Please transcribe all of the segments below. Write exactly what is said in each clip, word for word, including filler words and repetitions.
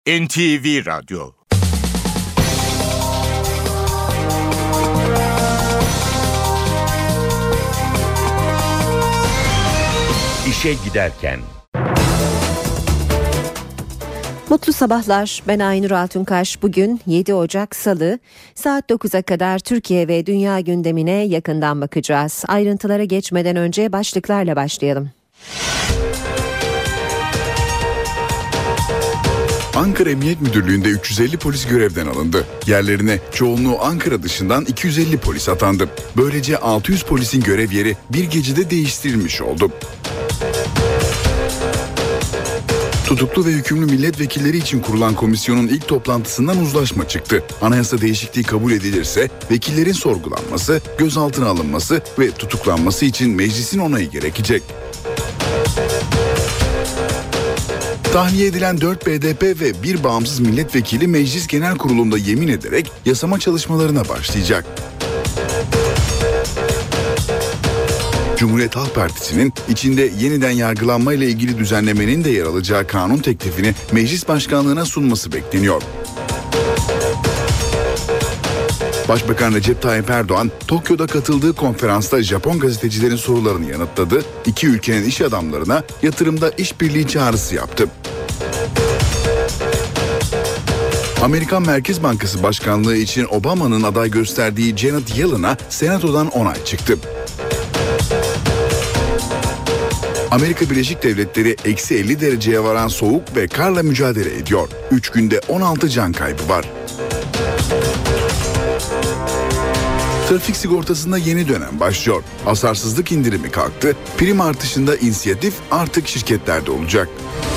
N T V Radyo. İşe giderken. Mutlu sabahlar. Ben Aynur Altunkaş. Bugün yedi Ocak Salı. Saat dokuza kadar Türkiye ve dünya gündemine yakından bakacağız. Ayrıntılara geçmeden önce başlıklarla başlayalım. Ankara Emniyet Müdürlüğü'nde üç yüz elli polis görevden alındı. Yerlerine çoğunluğu Ankara dışından iki yüz elli polis atandı. Böylece altı yüz polisin görev yeri bir gecede değiştirilmiş oldu. Tutuklu ve hükümlü milletvekilleri için kurulan komisyonun ilk toplantısından uzlaşma çıktı. Anayasa değişikliği kabul edilirse vekillerin sorgulanması, gözaltına alınması ve tutuklanması için meclisin onayı gerekecek. Tahliye edilen dört B D P ve bir bağımsız milletvekili Meclis Genel Kurulu'nda yemin ederek yasama çalışmalarına başlayacak. Cumhuriyet Halk Partisi'nin içinde yeniden yargılanma ile ilgili düzenlemenin de yer alacağı kanun teklifini Meclis Başkanlığı'na sunması bekleniyor. Başbakan Recep Tayyip Erdoğan, Tokyo'da katıldığı konferansta Japon gazetecilerin sorularını yanıtladı, iki ülkenin iş adamlarına yatırımda işbirliği çağrısı yaptı. Amerikan Merkez Bankası Başkanlığı için Obama'nın aday gösterdiği Janet Yellen'a Senato'dan onay çıktı. Amerika Birleşik Devletleri eksi elli dereceye varan soğuk ve karla mücadele ediyor. üç günde on altı can kaybı var. Trafik sigortasında yeni dönem başlıyor. Hasarsızlık indirimi kalktı. Prim artışında inisiyatif artık şirketlerde olacak.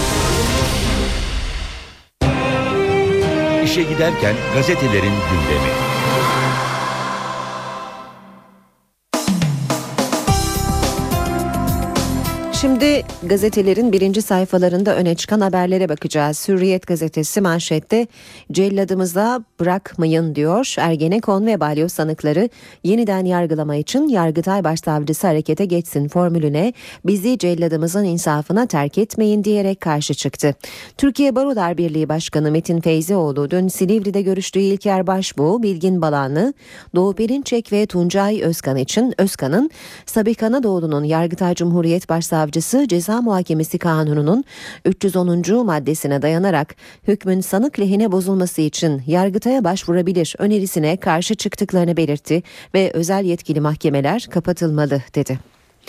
İşe giderken gazetelerin gündemi. Şimdi gazetelerin birinci sayfalarında öne çıkan haberlere bakacağız. Hürriyet gazetesi manşette celladımıza bırakmayın diyor. Ergenekon ve balyoz sanıkları yeniden yargılama için Yargıtay Başsavcısı harekete geçsin formülüne bizi celladımızın insafına terk etmeyin diyerek karşı çıktı. Türkiye Barolar Birliği Başkanı Metin Feyzioğlu dün Silivri'de görüştüğü İlker Başbuğ, Bilgin Balanlı, Doğu Perinçek ve Tuncay Özkan için Özkan'ın Sabiha Anadolu'nun Yargıtay Cumhuriyet Başsavcısı Ceza Muhakemesi Kanunu'nun üç yüz onuncu maddesine dayanarak hükmün sanık lehine bozulması için Yargıtay'a başvurabilir önerisine karşı çıktıklarını belirtti ve özel yetkili mahkemeler kapatılmalı dedi.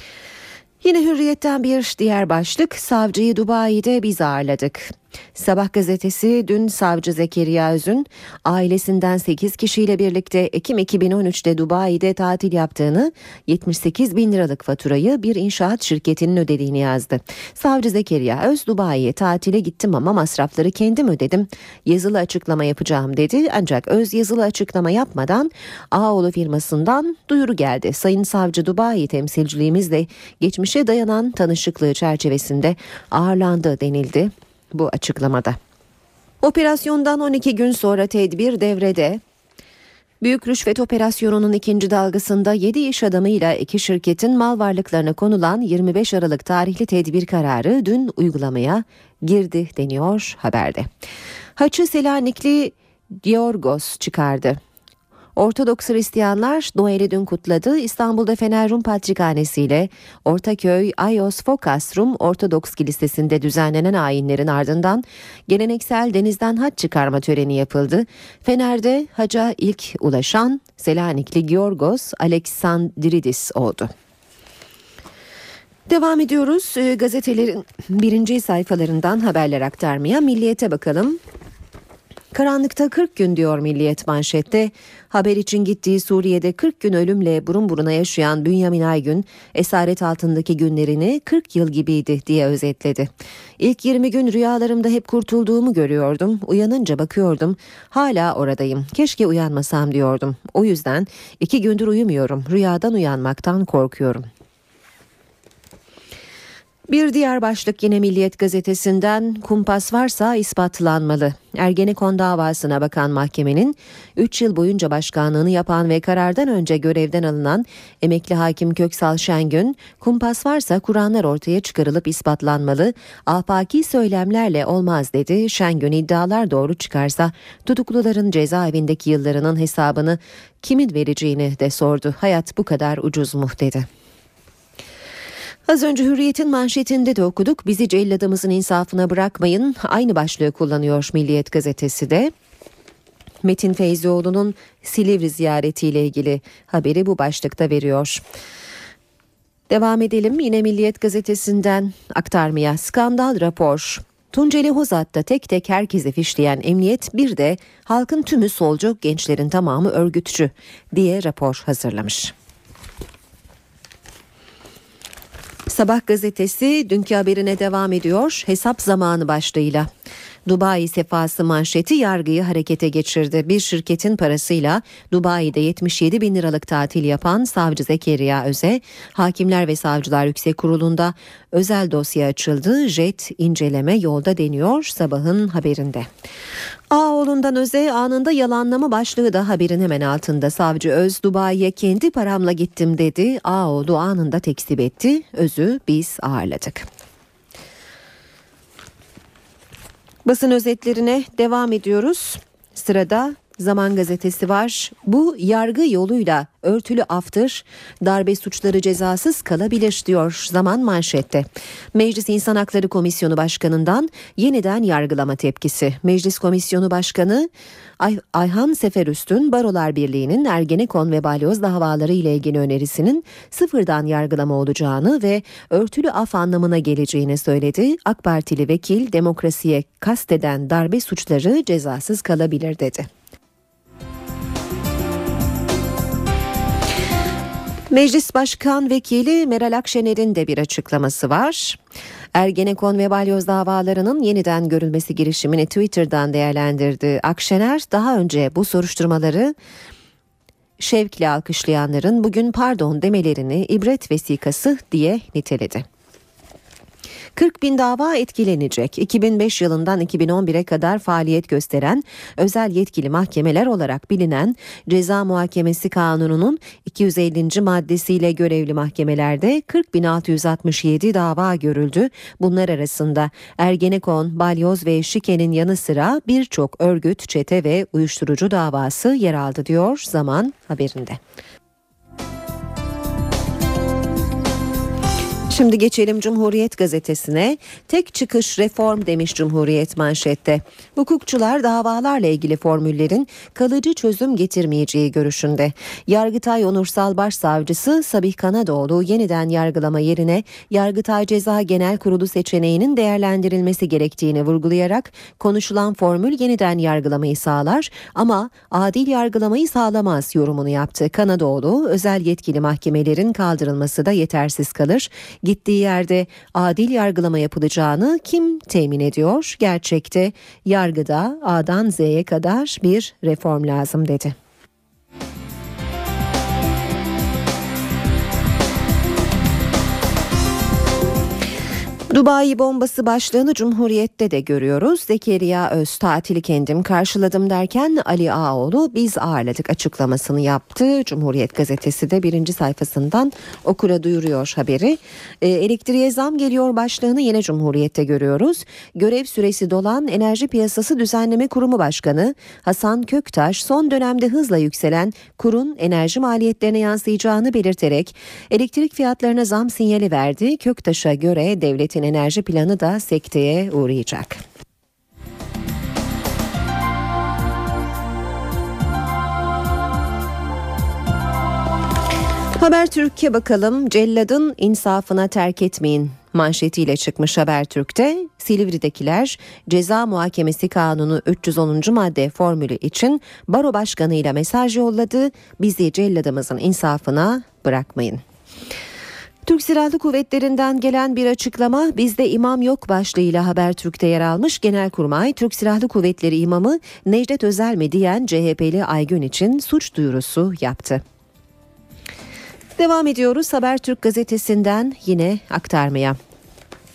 Yine Hürriyet'ten bir diğer başlık, savcıyı Dubai'de biz ağırladık. Sabah gazetesi dün savcı Zekeriya Öz'ün ailesinden sekiz kişiyle birlikte Ekim iki bin on üçte Dubai'de tatil yaptığını, yetmiş sekiz bin liralık faturayı bir inşaat şirketinin ödediğini yazdı. Savcı Zekeriya Öz, Dubai'ye tatile gittim ama masrafları kendim ödedim. Yazılı açıklama yapacağım dedi. Ancak Öz yazılı açıklama yapmadan Ağoğlu firmasından duyuru geldi. Sayın Savcı Dubai temsilciliğimizle geçmişe dayanan tanışıklığı çerçevesinde ağırlandı denildi bu açıklamada. Operasyondan on iki gün sonra tedbir devrede. Büyük rüşvet operasyonunun ikinci dalgasında yedi iş adamıyla iki şirketin mal varlıklarına konulan yirmi beş Aralık tarihli tedbir kararı dün uygulamaya girdi deniyor haberde. Haçı Selanikli Giorgos çıkardı. Ortodoks Hristiyanlar Noel'i dün kutladı. İstanbul'da Fener Rum Patrikhanesi ile Ortaköy Ayos Fokas Rum Ortodoks Kilisesi'nde düzenlenen ayinlerin ardından geleneksel denizden haç çıkarma töreni yapıldı. Fener'de haca ilk ulaşan Selanikli Giorgos Aleksandridis oldu. Devam ediyoruz. Gazetelerin birinci sayfalarından haberler aktarmaya. Milliyet'e bakalım. Karanlıkta kırk gün diyor Milliyet manşette. Haber için gittiği Suriye'de kırk gün ölümle burun buruna yaşayan Bünyamin Aygün, esaret altındaki günlerini kırk yıl gibiydi diye özetledi. İlk yirmi gün rüyalarımda hep kurtulduğumu görüyordum. Uyanınca bakıyordum. Hala oradayım. Keşke uyanmasam diyordum. O yüzden iki gündür uyumuyorum. Rüyadan uyanmaktan korkuyorum. Bir diğer başlık yine Milliyet gazetesinden, kumpas varsa ispatlanmalı. Ergenekon davasına bakan mahkemenin üç yıl boyunca başkanlığını yapan ve karardan önce görevden alınan emekli hakim Köksal Şengün, kumpas varsa kuranlar ortaya çıkarılıp ispatlanmalı, afaki söylemlerle olmaz dedi. Şengün iddialar doğru çıkarsa tutukluların cezaevindeki yıllarının hesabını kimin vereceğini de sordu. Hayat bu kadar ucuz mu dedi. Az önce Hürriyet'in manşetinde de okuduk. Bizi celladımızın insafına bırakmayın. Aynı başlığı kullanıyor Milliyet gazetesi de. Metin Feyzioğlu'nun Silivri ziyaretiyle ilgili haberi bu başlıkta veriyor. Devam edelim yine Milliyet gazetesinden aktarmaya. Skandal rapor. Tunceli Hozat'ta tek tek herkesi fişleyen emniyet bir de halkın tümü solcu, gençlerin tamamı örgütçü diye rapor hazırlamış. Sabah gazetesi dünkü haberine devam ediyor. Hesap zamanı başlığıyla. Dubai sefası manşeti yargıyı harekete geçirdi. Bir şirketin parasıyla Dubai'de yetmiş yedi bin liralık tatil yapan savcı Zekeriya Öz'e Hakimler ve Savcılar Yüksek Kurulu'nda özel dosya açıldı. Jet inceleme yolda deniyor Sabah'ın haberinde. Ağoğlu'ndan Öz'e anında yalanlama başlığı da haberin hemen altında. Savcı Öz Dubai'ye kendi paramla gittim dedi. Ağoğlu anında tekzip etti. Öz'ü biz ağırladık. Basın özetlerine devam ediyoruz. Sırada Zaman gazetesi var. Bu yargı yoluyla örtülü aftır, darbe suçları cezasız kalabilir diyor Zaman manşette. Meclis İnsan Hakları Komisyonu Başkanı'ndan yeniden yargılama tepkisi. Meclis Komisyonu Başkanı Ay- Ayhan Seferüstün, Barolar Birliği'nin Ergenekon ve Balyoz davaları ile ilgili önerisinin sıfırdan yargılama olacağını ve örtülü af anlamına geleceğini söyledi. AK Partili vekil demokrasiye kasteden darbe suçları cezasız kalabilir dedi. Meclis Başkan Vekili Meral Akşener'in de bir açıklaması var. Ergenekon ve Balyoz davalarının yeniden görülmesi girişimini Twitter'dan değerlendirdi. Akşener daha önce bu soruşturmaları şevkle alkışlayanların bugün pardon demelerini ibret vesikası diye niteledi. kırk bin dava etkilenecek. iki bin beş yılından iki bin on bire kadar faaliyet gösteren özel yetkili mahkemeler olarak bilinen Ceza Muhakemesi Kanunu'nun iki yüz ellinci maddesiyle görevli mahkemelerde kırk bin altı yüz altmış yedi dava görüldü. Bunlar arasında Ergenekon, Balyoz ve Şike'nin yanı sıra birçok örgüt, çete ve uyuşturucu davası yer aldı diyor Zaman haberinde. Şimdi geçelim Cumhuriyet gazetesine. Tek çıkış reform demiş Cumhuriyet manşette. Hukukçular davalarla ilgili formüllerin kalıcı çözüm getirmeyeceği görüşünde. Yargıtay Onursal Başsavcısı Sabih Kanadoğlu yeniden yargılama yerine Yargıtay Ceza Genel Kurulu seçeneğinin değerlendirilmesi gerektiğini vurgulayarak konuşulan formül yeniden yargılamayı sağlar ama adil yargılamayı sağlamaz yorumunu yaptı. Kanadoğlu özel yetkili mahkemelerin kaldırılması da yetersiz kalır. Gittiği yerde adil yargılama yapılacağını kim temin ediyor? Gerçekte yargıda A'dan Z'ye kadar bir reform lazım dedi. Dubai bombası başlığını Cumhuriyet'te de görüyoruz. Zekeriya Öz tatili kendim karşıladım derken Ali Ağaoğlu biz ağırladık açıklamasını yaptı. Cumhuriyet gazetesi de birinci sayfasından okura duyuruyor haberi. E, elektriğe zam geliyor başlığını yine Cumhuriyet'te görüyoruz. Görev süresi dolan Enerji Piyasası Düzenleme Kurumu Başkanı Hasan Köktaş son dönemde hızla yükselen kurun enerji maliyetlerine yansıyacağını belirterek elektrik fiyatlarına zam sinyali verdi. Köktaş'a göre devletin enerji planı da sekteye uğrayacak. Habertürk'e bakalım. Celladın insafına terk etmeyin manşetiyle çıkmış Habertürk'te. Silivri'dekiler Ceza Muhakemesi Kanunu üç yüz onuncu madde formülü için baro başkanıyla mesaj yolladı. Bizi celladımızın insafına bırakmayın. Türk Silahlı Kuvvetleri'nden gelen bir açıklama bizde imam yok başlığıyla Habertürk'te yer almış. Genelkurmay Türk Silahlı Kuvvetleri imamı Necdet Özel mi diyen C H P'li Aygün için suç duyurusu yaptı. Devam ediyoruz Habertürk gazetesinden yine aktarmaya.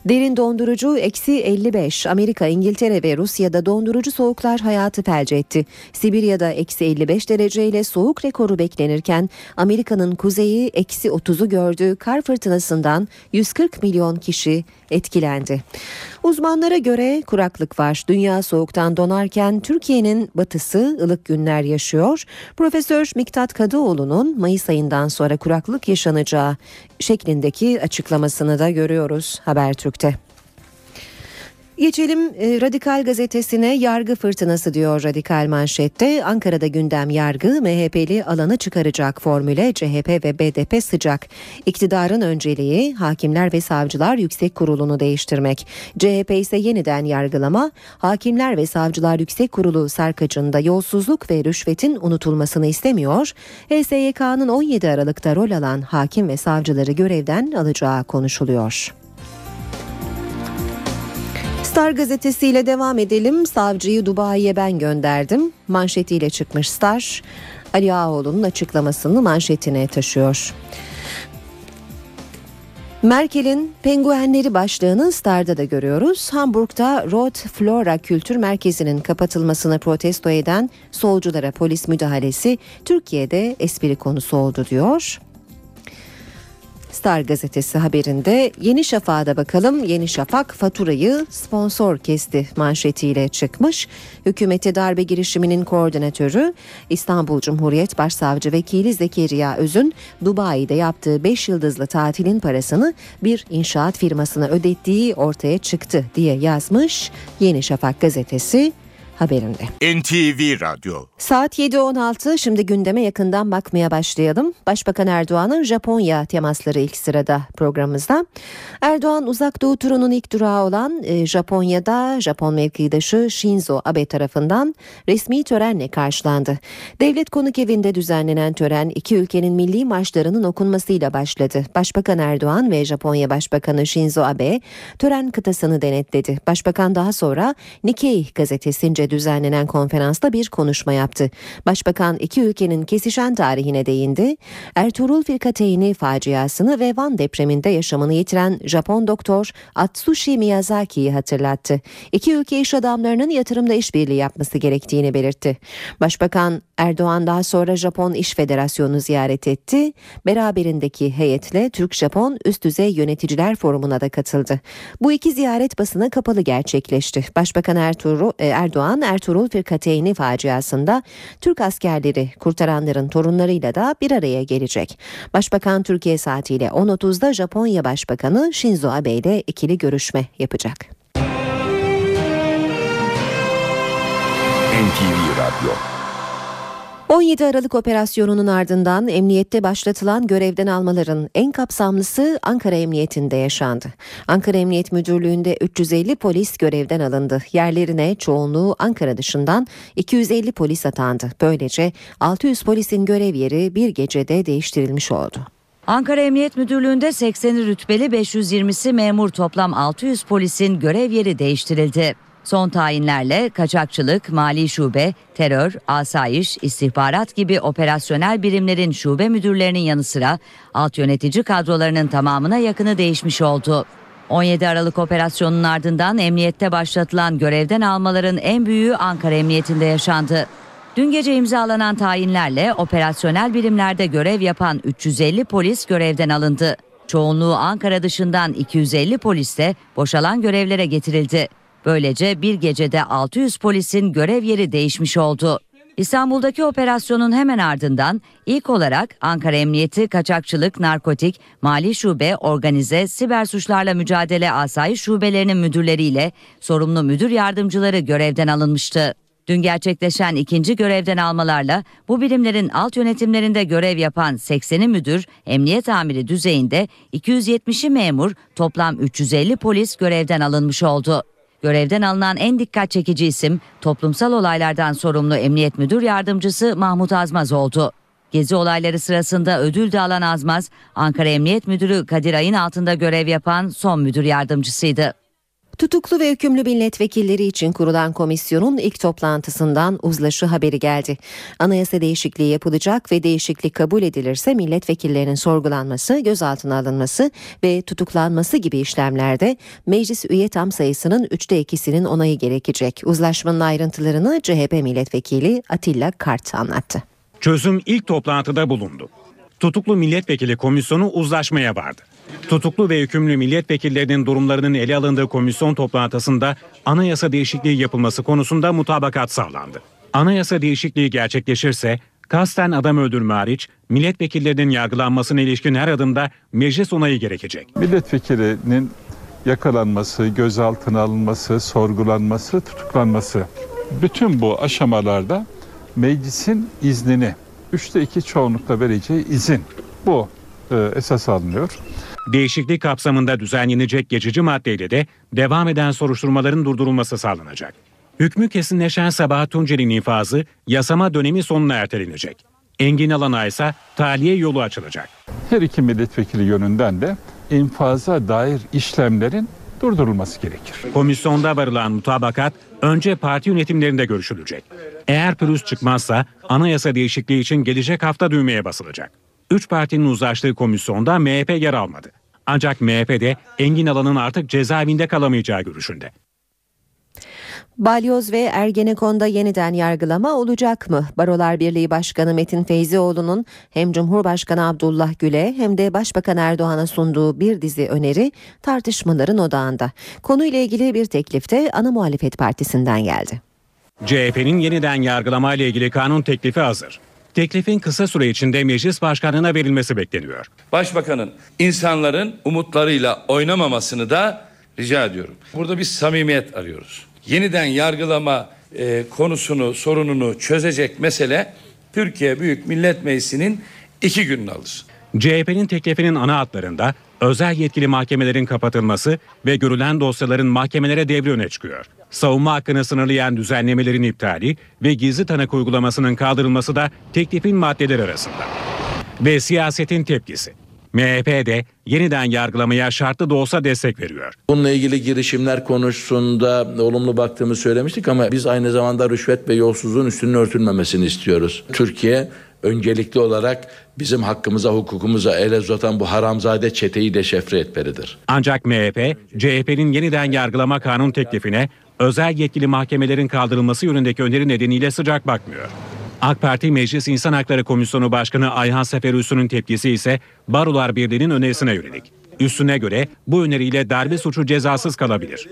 Derin dondurucu eksi elli beş. Amerika, İngiltere ve Rusya'da dondurucu soğuklar hayatı felç etti. Sibirya'da eksi elli beş dereceyle soğuk rekoru beklenirken Amerika'nın kuzeyi eksi otuzu gördü. Kar fırtınasından yüz kırk milyon kişi etkilendi. Uzmanlara göre kuraklık var. Dünya soğuktan donarken Türkiye'nin batısı ılık günler yaşıyor. Profesör Miktat Kadıoğlu'nun Mayıs ayından sonra kuraklık yaşanacağı şeklindeki açıklamasını da görüyoruz Habertürk'te. Geçelim e, Radikal gazetesine. Yargı fırtınası diyor Radikal manşette. Ankara'da gündem yargı, M H P'li alanı çıkaracak formüle C H P ve B D P sıcak. İktidarın önceliği Hakimler ve Savcılar Yüksek Kurulu'nu değiştirmek. C H P ise yeniden yargılama, Hakimler ve Savcılar Yüksek Kurulu sarkacında yolsuzluk ve rüşvetin unutulmasını istemiyor. H S Y K'nın on yedi Aralık'ta rol alan hakim ve savcıları görevden alacağı konuşuluyor. Star gazetesiyle devam edelim. Savcıyı Dubai'ye ben gönderdim manşetiyle çıkmış Star. Ali Ağaoğlu'nun açıklamasını manşetine taşıyor. Merkel'in penguenleri başlığını Star'da da görüyoruz. Hamburg'da Rote Flora Kültür Merkezi'nin kapatılmasını protesto eden solculara polis müdahalesi Türkiye'de espri konusu oldu diyor. Star gazetesi haberinde Yeni Şafak'a da bakalım. Yeni Şafak faturayı sponsor kesti manşetiyle çıkmış. Hükümete darbe girişiminin koordinatörü İstanbul Cumhuriyet Başsavcı Vekili Zekeriya Öz'ün Dubai'de yaptığı beş yıldızlı tatilin parasını bir inşaat firmasına ödettiği ortaya çıktı diye yazmış Yeni Şafak gazetesi haberinde. N T V Radyo. Saat yedi on altı, şimdi gündeme yakından bakmaya başlayalım. Başbakan Erdoğan'ın Japonya temasları ilk sırada programımızda. Erdoğan uzak doğu turunun ilk durağı olan e, Japonya'da Japon mevkidaşı Shinzo Abe tarafından resmi törenle karşılandı. Devlet Konuk Evi'nde düzenlenen tören iki ülkenin milli marşlarının okunmasıyla başladı. Başbakan Erdoğan ve Japonya Başbakanı Shinzo Abe tören kıtasını denetledi. Başbakan daha sonra Nikkei gazetesince düzenlenen konferansta bir konuşma yaptı. Başbakan iki ülkenin kesişen tarihine değindi. Ertuğrul Firkateyni faciasını ve Van depreminde yaşamını yitiren Japon doktor Atsushi Miyazaki'yi hatırlattı. İki ülke iş adamlarının yatırımda işbirliği yapması gerektiğini belirtti. Başbakan Erdoğan daha sonra Japon İş Federasyonu ziyaret etti. Beraberindeki heyetle Türk-Japon Üst Düzey Yöneticiler Forumu'na da katıldı. Bu iki ziyaret basına kapalı gerçekleşti. Başbakan Ertuğrul, Erdoğan Ertuğrul Firkateyni faciasında Türk askerleri kurtaranların torunlarıyla da bir araya gelecek. Başbakan Türkiye saatiyle on otuzda Japonya Başbakanı Shinzo Abe ile ikili görüşme yapacak. N T V Radyo. on yedi Aralık operasyonunun ardından emniyette başlatılan görevden almaların en kapsamlısı Ankara Emniyetinde yaşandı. Ankara Emniyet Müdürlüğü'nde üç yüz elli polis görevden alındı. Yerlerine çoğunluğu Ankara dışından iki yüz elli polis atandı. Böylece altı yüz polisin görev yeri bir gecede değiştirilmiş oldu. Ankara Emniyet Müdürlüğü'nde sekseni rütbeli beş yüz yirmisi memur toplam altı yüz polisin görev yeri değiştirildi. Son tayinlerle kaçakçılık, mali şube, terör, asayiş, istihbarat gibi operasyonel birimlerin şube müdürlerinin yanı sıra alt yönetici kadrolarının tamamına yakını değişmiş oldu. on yedi Aralık operasyonunun ardından emniyette başlatılan görevden almaların en büyüğü Ankara Emniyetinde yaşandı. Dün gece imzalanan tayinlerle operasyonel birimlerde görev yapan üç yüz elli polis görevden alındı. Çoğunluğu Ankara dışından iki yüz elli polis de boşalan görevlere getirildi. Böylece bir gecede altı yüz polisin görev yeri değişmiş oldu. İstanbul'daki operasyonun hemen ardından ilk olarak Ankara Emniyeti Kaçakçılık, Narkotik, Mali Şube, Organize, Siber Suçlarla Mücadele Asayiş Şubelerinin müdürleriyle sorumlu müdür yardımcıları görevden alınmıştı. Dün gerçekleşen ikinci görevden almalarla bu birimlerin alt yönetimlerinde görev yapan sekseni müdür, emniyet amiri düzeyinde iki yüz yetmişi memur, toplam üç yüz elli polis görevden alınmış oldu. Görevden alınan en dikkat çekici isim toplumsal olaylardan sorumlu Emniyet Müdür Yardımcısı Mahmut Azmaz oldu. Gezi olayları sırasında ödül de alan Azmaz, Ankara Emniyet Müdürü Kadir Ay'ın altında görev yapan son müdür yardımcısıydı. Tutuklu ve hükümlü milletvekilleri için kurulan komisyonun ilk toplantısından uzlaşı haberi geldi. Anayasa değişikliği yapılacak ve değişiklik kabul edilirse milletvekillerinin sorgulanması, gözaltına alınması ve tutuklanması gibi işlemlerde meclis üye tam sayısının üçte ikisinin onayı gerekecek. Uzlaşmanın ayrıntılarını C H P milletvekili Atilla Kart anlattı. Çözüm ilk toplantıda bulundu. Tutuklu milletvekili komisyonu uzlaşmaya vardı. Tutuklu ve hükümlü milletvekillerinin durumlarının ele alındığı komisyon toplantısında anayasa değişikliği yapılması konusunda mutabakat sağlandı. Anayasa değişikliği gerçekleşirse kasten adam öldürme hariç milletvekillerinin yargılanmasına ilişkin her adımda meclis onayı gerekecek. Milletvekilinin yakalanması, gözaltına alınması, sorgulanması, tutuklanması, bütün bu aşamalarda meclisin iznini, üçte iki çoğunlukla vereceği izin bu e, esas alınıyor. Değişiklik kapsamında düzenlenecek geçici maddeyle de devam eden soruşturmaların durdurulması sağlanacak. Hükmü kesinleşen Sabahat Tuncer'in infazı yasama dönemi sonuna ertelenecek. Engin Alan'a ise tahliye yolu açılacak. Her iki milletvekili yönünden de infaza dair işlemlerin durdurulması gerekir. Komisyonda varılan mutabakat önce parti yönetimlerinde görüşülecek. Eğer pürüz çıkmazsa anayasa değişikliği için gelecek hafta düğmeye basılacak. Üç partinin uzlaştığı komisyonda M H P yer almadı. Ancak M H P'de Engin Alan'ın artık cezaevinde kalamayacağı görüşünde. Balyoz ve Ergenekon'da yeniden yargılama olacak mı? Barolar Birliği Başkanı Metin Feyzioğlu'nun hem Cumhurbaşkanı Abdullah Gül'e hem de Başbakan Erdoğan'a sunduğu bir dizi öneri tartışmaların odağında. Konuyla ilgili bir teklif de ana muhalefet partisinden geldi. C H P'nin yeniden yargılama ile ilgili kanun teklifi hazır. Teklifin kısa süre içinde meclis başkanlığına verilmesi bekleniyor. Başbakanın insanların umutlarıyla oynamamasını da rica ediyorum. Burada bir samimiyet arıyoruz. Yeniden yargılama e, konusunu, sorununu çözecek mesele Türkiye Büyük Millet Meclisi'nin iki gününü alır. C H P'nin teklifinin ana hatlarında özel yetkili mahkemelerin kapatılması ve görülen dosyaların mahkemelere devri öne çıkıyor. Savunma hakkını sınırlayan düzenlemelerin iptali ve gizli tanık uygulamasının kaldırılması da teklifin maddeleri arasında. Ve siyasetin tepkisi. M H P de yeniden yargılamaya şartlı da olsa destek veriyor. Bununla ilgili girişimler konusunda olumlu baktığımızı söylemiştik ama biz aynı zamanda rüşvet ve yolsuzluğun üstünün örtülmemesini istiyoruz. Türkiye öncelikli olarak bizim hakkımıza, hukukumuza el uzatan bu haramzade çeteyi deşifre etmelidir. Ancak M H P, C H P'nin yeniden yargılama kanun teklifine özel yetkili mahkemelerin kaldırılması yönündeki öneri nedeniyle sıcak bakmıyor. AK Parti Meclis İnsan Hakları Komisyonu Başkanı Ayhan Sefer Üssü'nün tepkisi ise Barolar Birliği'nin önerisine yönelik. Üssü'ne göre bu öneriyle darbe suçu cezasız kalabilir.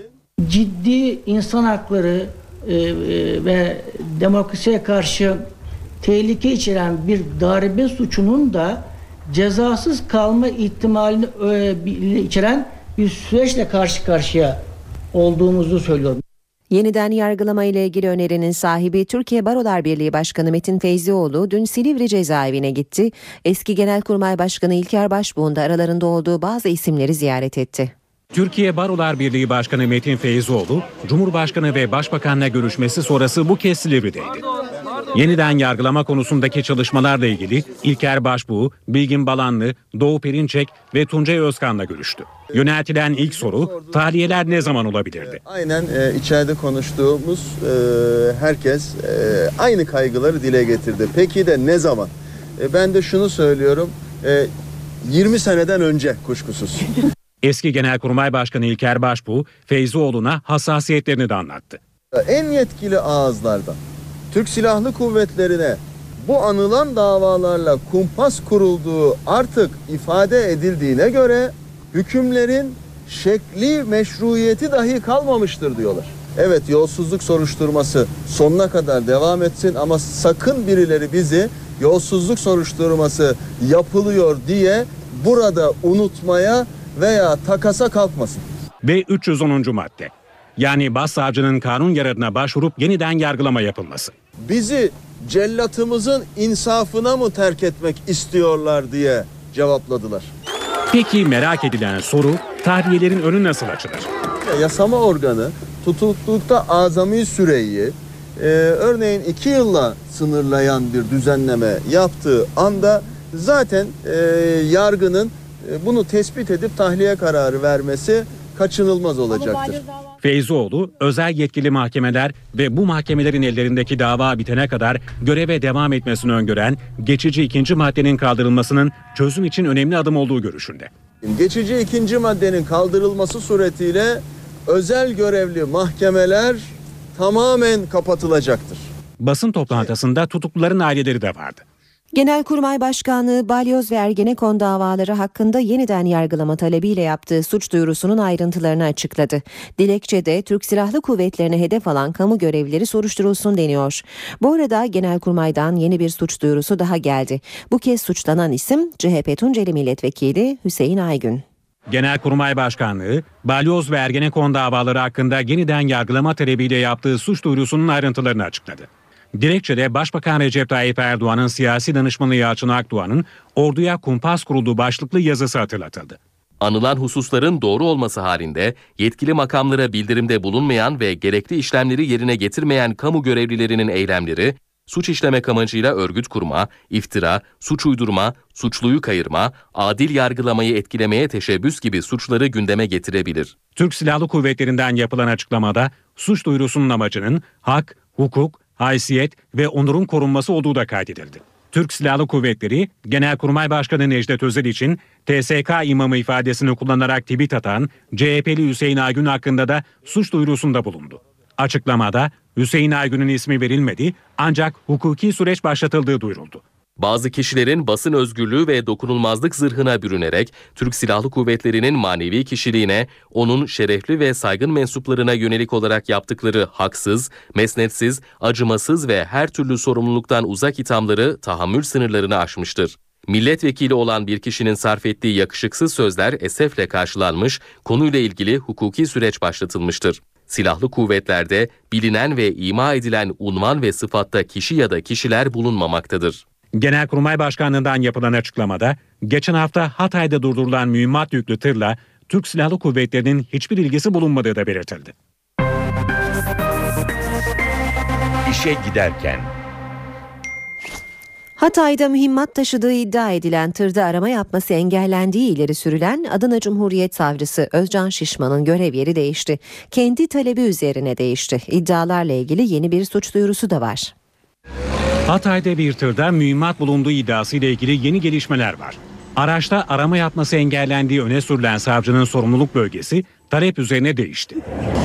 Ciddi insan hakları e, e, ve demokrasiye karşı tehlike içeren bir darbe suçunun da cezasız kalma ihtimalini e, içeren bir süreçle karşı karşıya olduğumuzu söylüyorum. Yeniden yargılama ile ilgili önerinin sahibi Türkiye Barolar Birliği Başkanı Metin Feyzioğlu dün Silivri cezaevine gitti. Eski Genelkurmay Başkanı İlker Başbuğ'un da aralarında olduğu bazı isimleri ziyaret etti. Türkiye Barolar Birliği Başkanı Metin Feyzioğlu, Cumhurbaşkanı ve Başbakan'la görüşmesi sonrası bu kez Silivri'deydi. Yeniden yargılama konusundaki çalışmalarla ilgili İlker Başbuğ, Bilgin Balanlı, Doğu Perinçek ve Tuncay Özkan'la görüştü. Yöneltilen ilk soru, tahliyeler ne zaman olabilirdi? Aynen e, içeride konuştuğumuz e, herkes e, aynı kaygıları dile getirdi. Peki de ne zaman? E, ben de şunu söylüyorum, e, yirmi seneden önce kuşkusuz. Eski Genelkurmay Başkanı İlker Başbuğ, Feyzioğlu'na hassasiyetlerini de anlattı. En yetkili ağızlardan Türk Silahlı Kuvvetleri'ne bu anılan davalarla kumpas kurulduğu artık ifade edildiğine göre hükümlerin şekli meşruiyeti dahi kalmamıştır diyorlar. Evet, yolsuzluk soruşturması sonuna kadar devam etsin ama sakın birileri bizi yolsuzluk soruşturması yapılıyor diye burada unutmaya veya takasa kalkmasın. Ve üç yüz onuncu madde. Yani başsavcının kanun yararına başvurup yeniden yargılama yapılması. Bizi cellatımızın insafına mı terk etmek istiyorlar diye cevapladılar. Peki merak edilen soru, tahliyelerin önü nasıl açılır? Yasama organı tutuklulukta azami süreyi e, örneğin iki yılla sınırlayan bir düzenleme yaptığı anda zaten e, yargının e, bunu tespit edip tahliye kararı vermesi kaçınılmaz olacaktır. Feyzoğlu, özel yetkili mahkemeler ve bu mahkemelerin ellerindeki dava bitene kadar göreve devam etmesini öngören geçici ikinci maddenin kaldırılmasının çözüm için önemli adım olduğu görüşünde. Geçici ikinci maddenin kaldırılması suretiyle özel görevli mahkemeler tamamen kapatılacaktır. Basın toplantısında tutukluların aileleri de vardı. Genelkurmay Başkanlığı balyoz ve Ergenekon davaları hakkında yeniden yargılama talebiyle yaptığı suç duyurusunun ayrıntılarını açıkladı. Dilekçede Türk Silahlı Kuvvetleri'ne hedef alan kamu görevlileri soruşturulsun deniyor. Bu arada Genelkurmay'dan yeni bir suç duyurusu daha geldi. Bu kez suçlanan isim C H P Tunceli Milletvekili Hüseyin Aygün. Genelkurmay Başkanlığı, balyoz ve Ergenekon davaları hakkında yeniden yargılama talebiyle yaptığı suç duyurusunun ayrıntılarını açıkladı. Dilekçede Başbakan Recep Tayyip Erdoğan'ın siyasi danışmanı Yalçın Akdoğan'ın orduya kumpas kurulduğu başlıklı yazısı hatırlatıldı. Anılan hususların doğru olması halinde yetkili makamlara bildirimde bulunmayan ve gerekli işlemleri yerine getirmeyen kamu görevlilerinin eylemleri, suç işlemek amacıyla örgüt kurma, iftira, suç uydurma, suçluyu kayırma, adil yargılamayı etkilemeye teşebbüs gibi suçları gündeme getirebilir. Türk Silahlı Kuvvetleri'nden yapılan açıklamada suç duyurusunun amacının hak, hukuk, haysiyet ve onurun korunması olduğu da kaydedildi. Türk Silahlı Kuvvetleri, Genelkurmay Başkanı Necdet Özel için T S K imamı ifadesini kullanarak tweet atan C H P'li Hüseyin Aygün hakkında da suç duyurusunda bulundu. Açıklamada Hüseyin Aygün'ün ismi verilmedi ancak hukuki süreç başlatıldığı duyuruldu. Bazı kişilerin basın özgürlüğü ve dokunulmazlık zırhına bürünerek Türk Silahlı Kuvvetleri'nin manevi kişiliğine, onun şerefli ve saygın mensuplarına yönelik olarak yaptıkları haksız, mesnetsiz, acımasız ve her türlü sorumluluktan uzak ithamları tahammül sınırlarını aşmıştır. Milletvekili olan bir kişinin sarf ettiği yakışıksız sözler esefle karşılanmış, konuyla ilgili hukuki süreç başlatılmıştır. Silahlı kuvvetlerde bilinen ve ima edilen unvan ve sıfatta kişi ya da kişiler bulunmamaktadır. Genelkurmay Başkanlığı'ndan yapılan açıklamada, geçen hafta Hatay'da durdurulan mühimmat yüklü tırla Türk Silahlı Kuvvetleri'nin hiçbir ilgisi bulunmadığı da belirtildi. İşe giderken. Hatay'da mühimmat taşıdığı iddia edilen tırda arama yapması engellendiği ileri sürülen Adana Cumhuriyet Savcısı Özcan Şişman'ın görev yeri değişti. Kendi talebi üzerine değişti. İddialarla ilgili yeni bir suç duyurusu da var. Hatay'da bir tırda mühimmat bulunduğu iddiasıyla ilgili yeni gelişmeler var. Araçta arama yapması engellendiği öne sürülen savcının sorumluluk bölgesi talep üzerine değişti.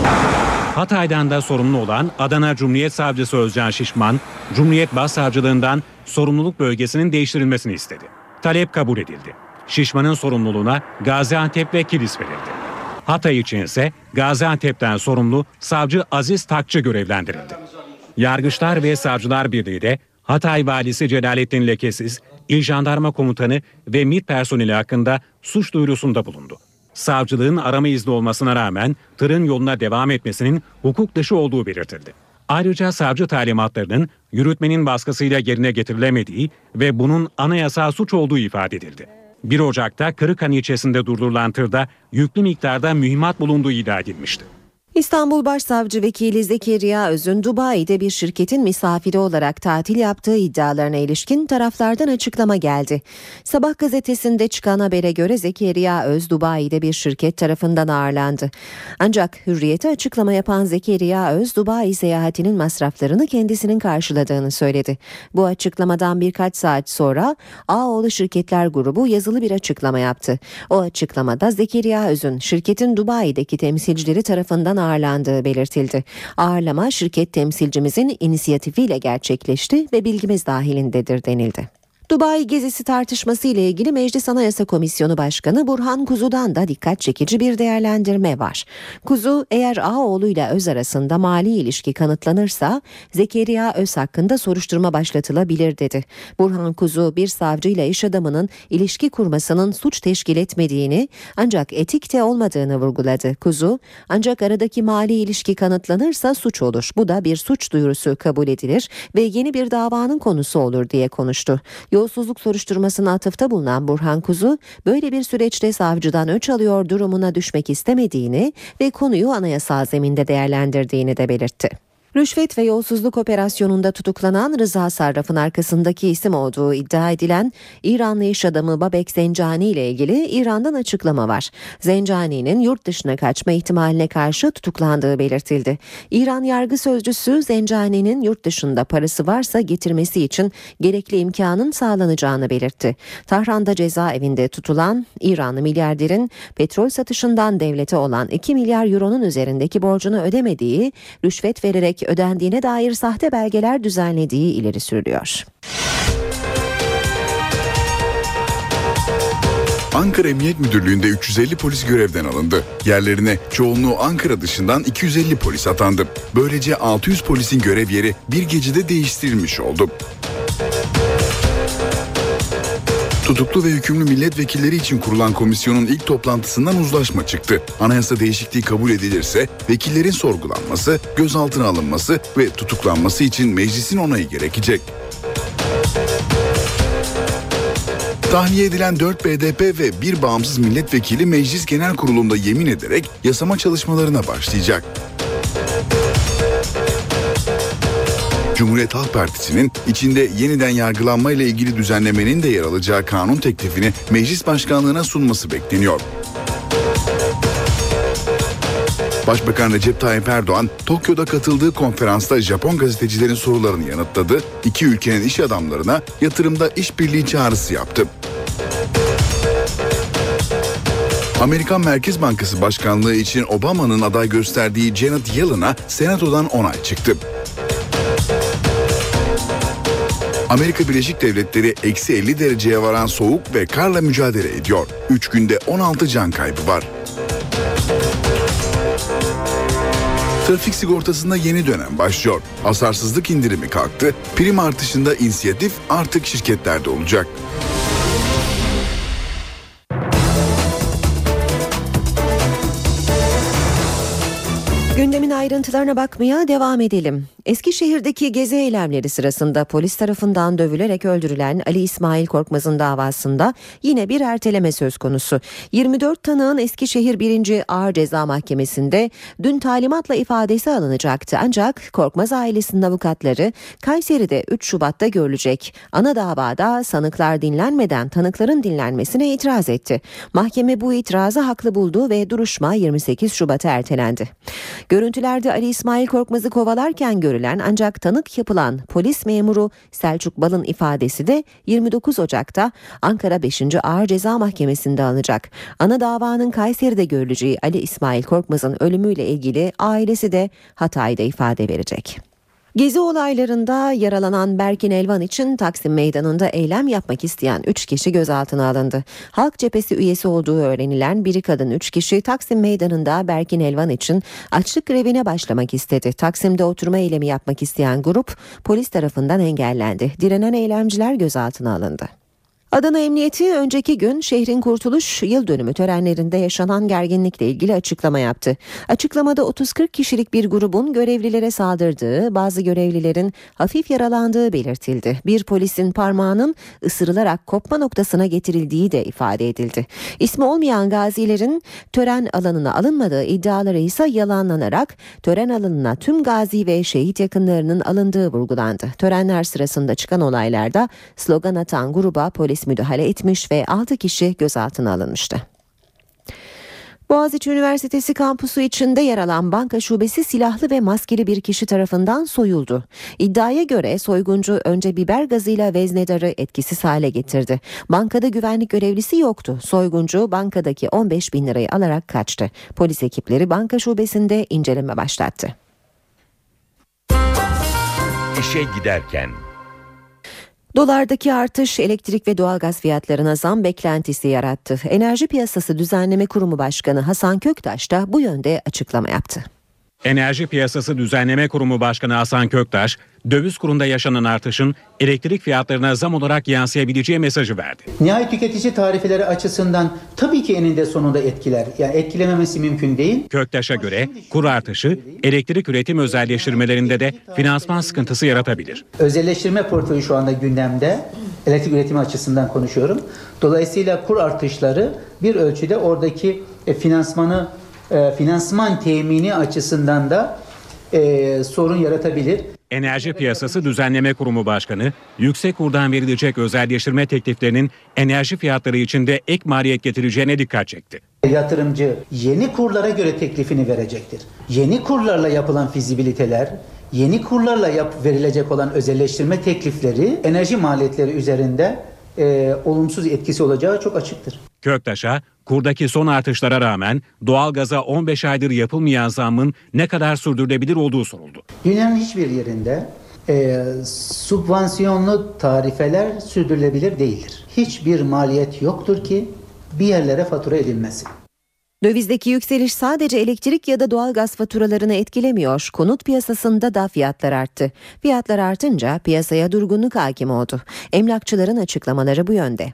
Hatay'dan da sorumlu olan Adana Cumhuriyet Savcısı Özcan Şişman, Cumhuriyet Başsavcılığından sorumluluk bölgesinin değiştirilmesini istedi. Talep kabul edildi. Şişman'ın sorumluluğuna Gaziantep ve Kilis verildi. Hatay için ise Gaziantep'ten sorumlu savcı Aziz Takçı görevlendirildi. Yargıçlar ve Savcılar Birliği de Hatay Valisi Celalettin Lekesiz, İl Jandarma Komutanı ve MİT personeli hakkında suç duyurusunda bulundu. Savcılığın arama izni olmasına rağmen tırın yoluna devam etmesinin hukuk dışı olduğu belirtildi. Ayrıca savcı talimatlarının yürütmenin baskısıyla yerine getirilemediği ve bunun anayasal suç olduğu ifade edildi. bir Ocak'ta Kırıkhan ilçesinde durdurulan tırda yüklü miktarda mühimmat bulunduğu iddia edilmişti. İstanbul Başsavcı Vekili Zekeriya Öz'ün Dubai'de bir şirketin misafiri olarak tatil yaptığı iddialarına ilişkin taraflardan açıklama geldi. Sabah gazetesinde çıkan habere göre Zekeriya Öz Dubai'de bir şirket tarafından ağırlandı. Ancak Hürriyet'e açıklama yapan Zekeriya Öz, Dubai seyahatinin masraflarını kendisinin karşıladığını söyledi. Bu açıklamadan birkaç saat sonra Ağoğlu Şirketler Grubu yazılı bir açıklama yaptı. O açıklamada Zekeriya Öz'ün şirketin Dubai'deki temsilcileri tarafından ağırlandığı belirtildi. Ağırlama şirket temsilcimizin inisiyatifiyle gerçekleşti ve bilgimiz dahilindedir denildi. Dubai gezisi tartışması ile ilgili Meclis Anayasa Komisyonu Başkanı Burhan Kuzu'dan da dikkat çekici bir değerlendirme var. Kuzu, eğer Ağoğlu ile Öz arasında mali ilişki kanıtlanırsa Zekeriya Öz hakkında soruşturma başlatılabilir dedi. Burhan Kuzu, bir savcıyla iş adamının ilişki kurmasının suç teşkil etmediğini ancak etik de olmadığını vurguladı. Kuzu, ancak aradaki mali ilişki kanıtlanırsa suç olur. Bu da bir suç duyurusu kabul edilir ve yeni bir davanın konusu olur diye konuştu. Yolsuzluk soruşturmasına atıfta bulunan Burhan Kuzu, böyle bir süreçte savcıdan öç alıyor durumuna düşmek istemediğini ve konuyu anayasal zeminde değerlendirdiğini de belirtti. Rüşvet ve yolsuzluk operasyonunda tutuklanan Rıza Sarraf'ın arkasındaki isim olduğu iddia edilen İranlı iş adamı Babek Zencani ile ilgili İran'dan açıklama var. Zencani'nin yurt dışına kaçma ihtimaline karşı tutuklandığı belirtildi. İran yargı sözcüsü Zencani'nin yurt dışında parası varsa getirmesi için gerekli imkanın sağlanacağını belirtti. Tahran'da cezaevinde tutulan İranlı milyarderin petrol satışından devlete olan iki milyar euronun üzerindeki borcunu ödemediği, rüşvet vererek ödendiğine dair sahte belgeler düzenlediği ileri sürülüyor. Ankara Emniyet Müdürlüğü'nde üç yüz elli polis görevden alındı. Yerlerine çoğunluğu Ankara dışından iki yüz elli polis atandı. Böylece altı yüz polisin görev yeri bir gecede değiştirilmiş oldu. Tutuklu ve hükümlü milletvekilleri için kurulan komisyonun ilk toplantısından uzlaşma çıktı. Anayasa değişikliği kabul edilirse vekillerin sorgulanması, gözaltına alınması ve tutuklanması için meclisin onayı gerekecek. Tahliye edilen dört B D P ve bir bağımsız milletvekili Meclis Genel Kurulu'nda yemin ederek yasama çalışmalarına başlayacak. Cumhuriyet Halk Partisi'nin içinde yeniden yargılanma ile ilgili düzenlemenin de yer alacağı kanun teklifini meclis başkanlığına sunması bekleniyor. Başbakan Recep Tayyip Erdoğan, Tokyo'da katıldığı konferansta Japon gazetecilerin sorularını yanıtladı, iki ülkenin iş adamlarına yatırımda işbirliği çağrısı yaptı. Amerikan Merkez Bankası Başkanlığı için Obama'nın aday gösterdiği Janet Yellen'a Senato'dan onay çıktı. Amerika Birleşik Devletleri eksi elli dereceye varan soğuk ve karla mücadele ediyor. üç günde on altı can kaybı var. Trafik sigortasında yeni dönem başlıyor. Hasarsızlık indirimi kalktı. Prim artışında inisiyatif artık şirketlerde olacak. Gündemin ayrıntılarına bakmaya devam edelim. Eskişehir'deki gezi eylemleri sırasında polis tarafından dövülerek öldürülen Ali İsmail Korkmaz'ın davasında yine bir erteleme söz konusu. yirmi dört tanığın Eskişehir birinci Ağır Ceza Mahkemesi'nde dün talimatla ifadesi alınacaktı. Ancak Korkmaz ailesinin avukatları Kayseri'de üç Şubat'ta görülecek ana davada sanıklar dinlenmeden tanıkların dinlenmesine itiraz etti. Mahkeme bu itirazı haklı buldu ve duruşma yirmi sekiz Şubat'a ertelendi. Görüntülerde Ali İsmail Korkmaz'ı kovalarken görülen ancak tanık yapılan polis memuru Selçuk Bal'ın ifadesi de yirmi dokuz Ocak'ta Ankara beşinci Ağır Ceza Mahkemesi'nde alınacak. Ana davanın Kayseri'de görüleceği Ali İsmail Korkmaz'ın ölümüyle ilgili ailesi de Hatay'da ifade verecek. Gezi olaylarında yaralanan Berkin Elvan için Taksim Meydanı'nda eylem yapmak isteyen üç kişi gözaltına alındı. Halk Cephesi üyesi olduğu öğrenilen biri kadın üç kişi Taksim Meydanı'nda Berkin Elvan için açlık grevine başlamak istedi. Taksim'de oturma eylemi yapmak isteyen grup polis tarafından engellendi. Direnen eylemciler gözaltına alındı. Adana Emniyeti önceki gün şehrin kurtuluş yıl dönümü törenlerinde yaşanan gerginlikle ilgili açıklama yaptı. Açıklamada otuz kırk kişilik bir grubun görevlilere saldırdığı, bazı görevlilerin hafif yaralandığı belirtildi. Bir polisin parmağının ısırılarak kopma noktasına getirildiği de ifade edildi. İsmi olmayan gazilerin tören alanına alınmadığı iddiaları ise yalanlanarak tören alanına tüm gazi ve şehit yakınlarının alındığı vurgulandı. Törenler sırasında çıkan olaylarda slogan atan gruba polis müdahale etmiş ve altı kişi gözaltına alınmıştı. Boğaziçi Üniversitesi kampüsü içinde yer alan banka şubesi silahlı ve maskeli bir kişi tarafından soyuldu. İddiaya göre soyguncu önce biber gazıyla veznedarı etkisiz hale getirdi. Bankada güvenlik görevlisi yoktu. Soyguncu bankadaki on beş bin lirayı alarak kaçtı. Polis ekipleri banka şubesinde inceleme başlattı. İşe giderken. Dolardaki artış elektrik ve doğalgaz fiyatlarına zam beklentisi yarattı. Enerji Piyasası Düzenleme Kurumu Başkanı Hasan Köktaş da bu yönde açıklama yaptı. Enerji Piyasası Düzenleme Kurumu Başkanı Hasan Köktaş, döviz kurunda yaşanan artışın elektrik fiyatlarına zam olarak yansıyabileceği mesajı verdi. Nihayet tüketici tarifeleri açısından tabii ki eninde sonunda etkiler. Yani etkilememesi mümkün değil. Köktaş'a göre kur artışı elektrik üretim özelleştirmelerinde de finansman sıkıntısı yaratabilir. Özelleştirme portföyü şu anda gündemde. Elektrik üretimi açısından konuşuyorum. Dolayısıyla kur artışları bir ölçüde oradaki finansmanı, finansman temini açısından da e, sorun yaratabilir. Enerji Piyasası Düzenleme Kurumu Başkanı, yüksek kurdan verilecek özelleştirme tekliflerinin enerji fiyatları içinde ek maliyet getireceğine dikkat çekti. Yatırımcı yeni kurlara göre teklifini verecektir. Yeni kurlarla yapılan fizibiliteler, yeni kurlarla yap, verilecek olan özelleştirme teklifleri enerji maliyetleri üzerinde e, olumsuz etkisi olacağı çok açıktır. Köktaş'a kurdaki son artışlara rağmen doğalgaza on beş aydır yapılmayan zammın ne kadar sürdürülebilir olduğu soruldu. Dünyanın hiçbir yerinde e, subvansiyonlu tarifeler sürdürülebilir değildir. Hiçbir maliyet yoktur ki bir yerlere fatura edilmesin. Dövizdeki yükseliş sadece elektrik ya da doğalgaz faturalarını etkilemiyor. Konut piyasasında da fiyatlar arttı. Fiyatlar artınca piyasaya durgunluk hakim oldu. Emlakçıların açıklamaları bu yönde.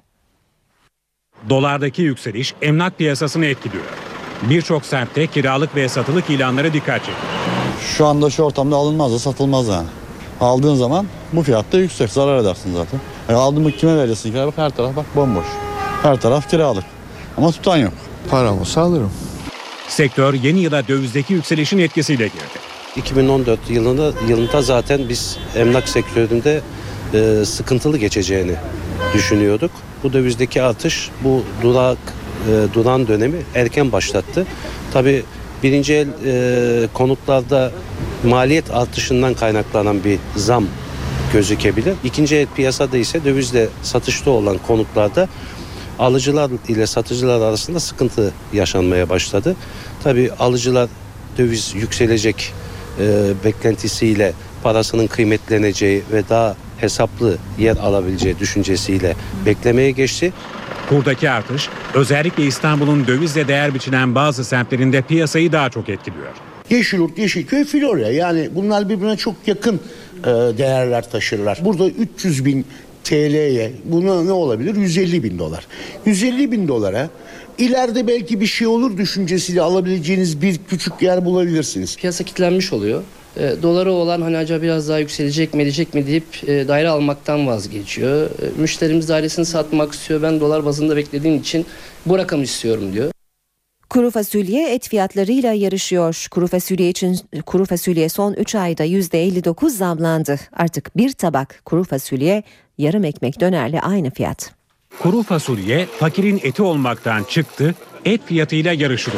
Dolardaki yükseliş emlak piyasasını etkiliyor. Birçok semtte kiralık ve satılık ilanlara dikkat çekiyor. Şu anda şu ortamda alınmaz da satılmaz yani. Aldığın zaman bu fiyatta yüksek, zarar edersin zaten. Yani aldığımı kime verirsin ki? Bak her taraf bak bomboş. Her taraf kiralık. Ama tutan yok. Param olsa alırım. Sektör yeni yıla dövizdeki yükselişin etkisiyle girdi. iki bin on dört yılında yılında zaten biz emlak sektöründe e, sıkıntılı geçeceğini düşünüyorduk. Bu dövizdeki artış bu durak e, duran dönemi erken başlattı. Tabii birinci el e, konutlarda maliyet artışından kaynaklanan bir zam gözükebilir. İkinci el piyasada ise dövizle satışta olan konutlarda alıcılar ile satıcılar arasında sıkıntı yaşanmaya başladı. Tabii alıcılar döviz yükselecek e, beklentisiyle parasının kıymetleneceği ve daha hesaplı yer alabileceği düşüncesiyle beklemeye geçti. Kurdaki artış özellikle İstanbul'un dövizle değer biçilen bazı semtlerinde piyasayı daha çok etkiliyor. Yeşilyurt, Yeşilköy, Florya, yani bunlar birbirine çok yakın e, değerler taşırlar. Burada üç yüz bin T L'ye buna ne olabilir? yüz elli bin dolar. yüz elli bin dolara ileride belki bir şey olur düşüncesiyle alabileceğiniz bir küçük yer bulabilirsiniz. Piyasa kilitlenmiş oluyor. E, doları olan hani acaba biraz daha yükselecek mi edecek mi deyip e, daire almaktan vazgeçiyor. E, müşterimiz dairesini satmak istiyor. Ben dolar bazında beklediğim için bu rakamı istiyorum diyor. Kuru fasulye et fiyatlarıyla yarışıyor. Kuru fasulye için kuru fasulye son üç ayda yüzde elli dokuz zamlandı. Artık bir tabak kuru fasulye yarım ekmek dönerle aynı fiyat. Kuru fasulye fakirin eti olmaktan çıktı, et fiyatıyla yarışıyor.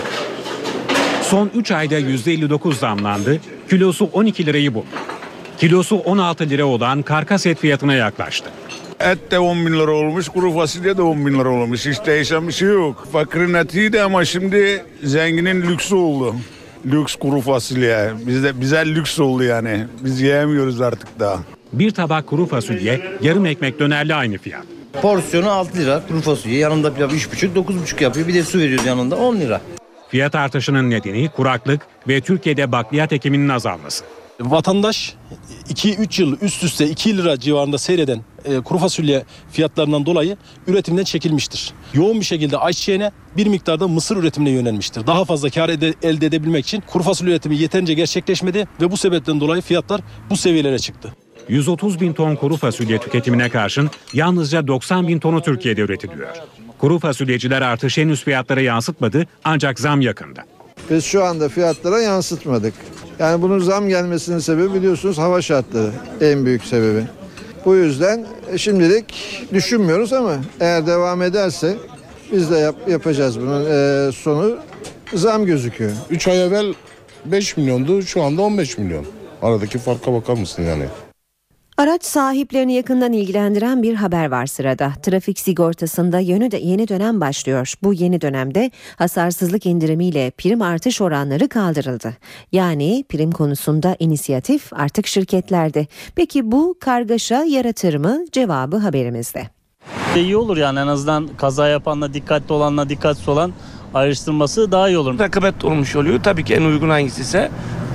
Son üç ayda yüzde elli dokuz zamlandı, kilosu on iki lirayı buldu. Kilosu on altı lira olan karkas et fiyatına yaklaştı. Et de on bin lira olmuş, kuru fasulye de on bin lira olmuş. Hiç değişen bir şey yok. Fakirin etiydi ama şimdi zenginin lüksü oldu. Lüks kuru fasulye. Bizde, bize lüks oldu yani. Biz yiyemiyoruz artık daha. Bir tabak kuru fasulye yarım ekmek dönerle aynı fiyat. Porsiyonu altı lira kuru fasulye. Yanında pilav üç buçuk dokuz buçuk yapıyor. Bir de su veriyoruz yanında on lira. Fiyat artışının nedeni kuraklık ve Türkiye'de bakliyat ekiminin azalması. Vatandaş iki üç yıl üst üste iki lira civarında seyreden e, kuru fasulye fiyatlarından dolayı üretimden çekilmiştir. Yoğun bir şekilde ayçiçeğine bir miktarda mısır üretimine yönelmiştir. Daha fazla kar ede, elde edebilmek için kuru fasulye üretimi yeterince gerçekleşmedi ve bu sebepten dolayı fiyatlar bu seviyelere çıktı. yüz otuz bin ton kuru fasulye tüketimine karşın yalnızca doksan bin tonu Türkiye'de üretiliyor. Kuru fasulyeciler artış henüz fiyatlara yansıtmadı ancak zam yakında. Biz şu anda fiyatlara yansıtmadık. Yani bunun zam gelmesinin sebebi biliyorsunuz hava şartları en büyük sebebi. Bu yüzden şimdilik düşünmüyoruz ama eğer devam ederse biz de yap, yapacağız bunun e, sonu zam gözüküyor. üç ay evvel beş milyondu, şu anda on beş milyon. Aradaki farka bakar mısın yani? Araç sahiplerini yakından ilgilendiren bir haber var sırada. Trafik sigortasında yeni dönem başlıyor. Bu yeni dönemde hasarsızlık indirimiyle prim artış oranları kaldırıldı. Yani prim konusunda inisiyatif artık şirketlerde. Peki bu kargaşa yaratır mı? Cevabı haberimizde. İyi olur yani, en azından kaza yapanla dikkatli olanla dikkatsiz olan ayrıştırması daha iyi olur. Rekabet olmuş oluyor. Tabii ki en uygun hangisi ise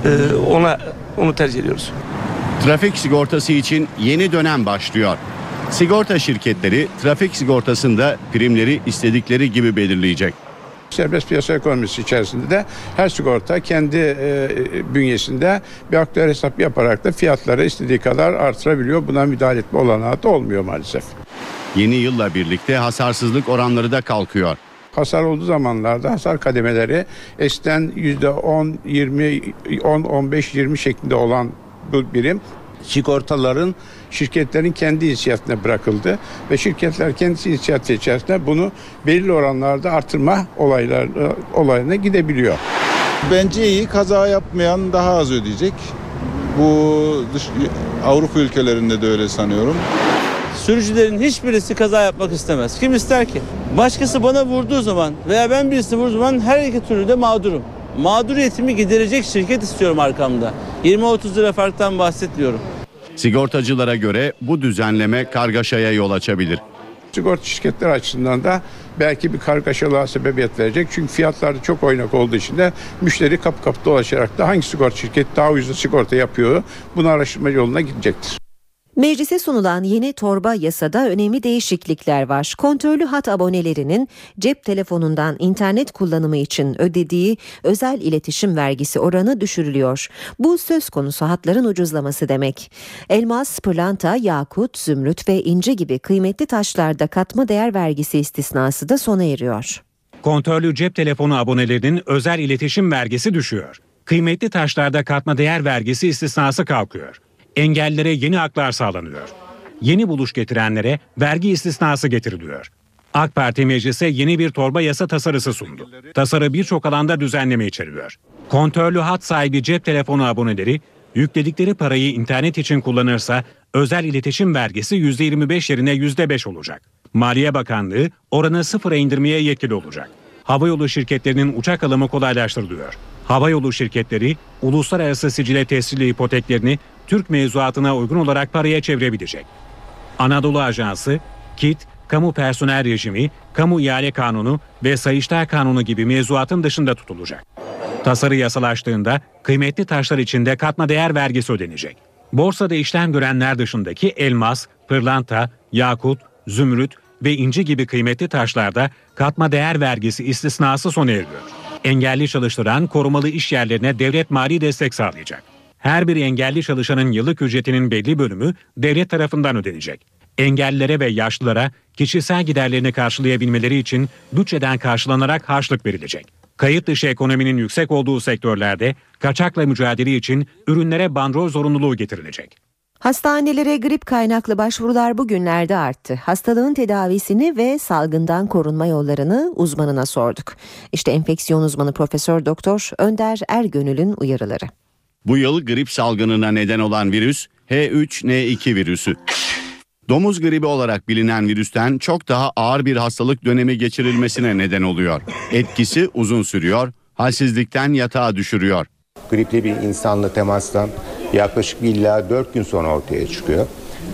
ona onu tercih ediyoruz. Trafik sigortası için yeni dönem başlıyor. Sigorta şirketleri trafik sigortasında primleri istedikleri gibi belirleyecek. Serbest piyasa ekonomisi içerisinde de her sigorta kendi e, bünyesinde bir aktüel hesap yaparak da fiyatları istediği kadar artırabiliyor. Buna müdahale etme olanağı da olmuyor maalesef. Yeni yılla birlikte hasarsızlık oranları da kalkıyor. Hasar olduğu zamanlarda hasar kademeleri eskiden yüzde on, yirmi, on, on beş, yirmi şeklinde olan bu birim sigortaların şirketlerin kendi inisiyatifine bırakıldı ve şirketler kendi inisiyatifi içerisinde bunu belirli oranlarda artırma olaylar, olayına gidebiliyor. Bence iyi, kaza yapmayan daha az ödeyecek. Bu dış, Avrupa ülkelerinde de öyle sanıyorum. Sürücülerin hiçbirisi kaza yapmak istemez. Kim ister ki? Başkası bana vurduğu zaman veya ben birisini vurduğum zaman her iki türlü de mağdurum. Mağduriyetimi giderecek şirket istiyorum arkamda. yirmi otuz lira farktan bahsetmiyorum. Sigortacılara göre bu düzenleme kargaşaya yol açabilir. Sigorta şirketleri açısından da belki bir kargaşalığa sebebiyet verecek. Çünkü fiyatlar da çok oynak olduğu için de müşteri kapı kapı dolaşarak da hangi sigorta şirketi daha ucuz sigorta yapıyor, bunu araştırma yoluna gidecektir. Meclise sunulan yeni torba yasada önemli değişiklikler var. Kontörlü hat abonelerinin cep telefonundan internet kullanımı için ödediği özel iletişim vergisi oranı düşürülüyor. Bu söz konusu hatların ucuzlaması demek. Elmas, pırlanta, yakut, zümrüt ve inci gibi kıymetli taşlarda katma değer vergisi istisnası da sona eriyor. Kontörlü cep telefonu abonelerinin özel iletişim vergisi düşüyor. Kıymetli taşlarda katma değer vergisi istisnası kalkıyor. Engellilere yeni haklar sağlanıyor. Yeni buluş getirenlere vergi istisnası getiriliyor. AK Parti meclise yeni bir torba yasa tasarısı sundu. Tasarı birçok alanda düzenleme içeriyor. Kontörlü hat sahibi cep telefonu aboneleri yükledikleri parayı internet için kullanırsa özel iletişim vergisi yüzde yirmi beş yerine yüzde beş olacak. Maliye Bakanlığı oranı sıfıra indirmeye yetkili olacak. Havayolu şirketlerinin uçak alımı kolaylaştırılıyor. Havayolu şirketleri uluslararası sicile tescilli ipoteklerini Türk mevzuatına uygun olarak paraya çevirebilecek. Anadolu Ajansı, K İ T, kamu personel rejimi, kamu ihale kanunu ve sayıştay kanunu gibi mevzuatın dışında tutulacak. Tasarı yasalaştığında kıymetli taşlar içinde katma değer vergisi ödenecek. Borsada işlem görenler dışındaki elmas, pırlanta, yakut, zümrüt ve inci gibi kıymetli taşlarda katma değer vergisi istisnası sona eriyor. Engelli çalıştıran korumalı iş yerlerine devlet mali destek sağlayacak. Her bir engelli çalışanın yıllık ücretinin belli bölümü devlet tarafından ödenecek. Engellilere ve yaşlılara kişisel giderlerini karşılayabilmeleri için bütçeden karşılanarak harçlık verilecek. Kayıt dışı ekonominin yüksek olduğu sektörlerde kaçakla mücadele için ürünlere bandrol zorunluluğu getirilecek. Hastanelere grip kaynaklı başvurular bugünlerde arttı. Hastalığın tedavisini ve salgından korunma yollarını uzmanına sorduk. İşte enfeksiyon uzmanı Profesör Doktor Önder Ergönül'ün uyarıları. Bu yıl grip salgınına neden olan virüs H üç N iki virüsü. Domuz gribi olarak bilinen virüsten çok daha ağır bir hastalık dönemi geçirilmesine neden oluyor. Etkisi uzun sürüyor, halsizlikten yatağa düşürüyor. Gripli bir insanla temastan yaklaşık illa dört gün sonra ortaya çıkıyor.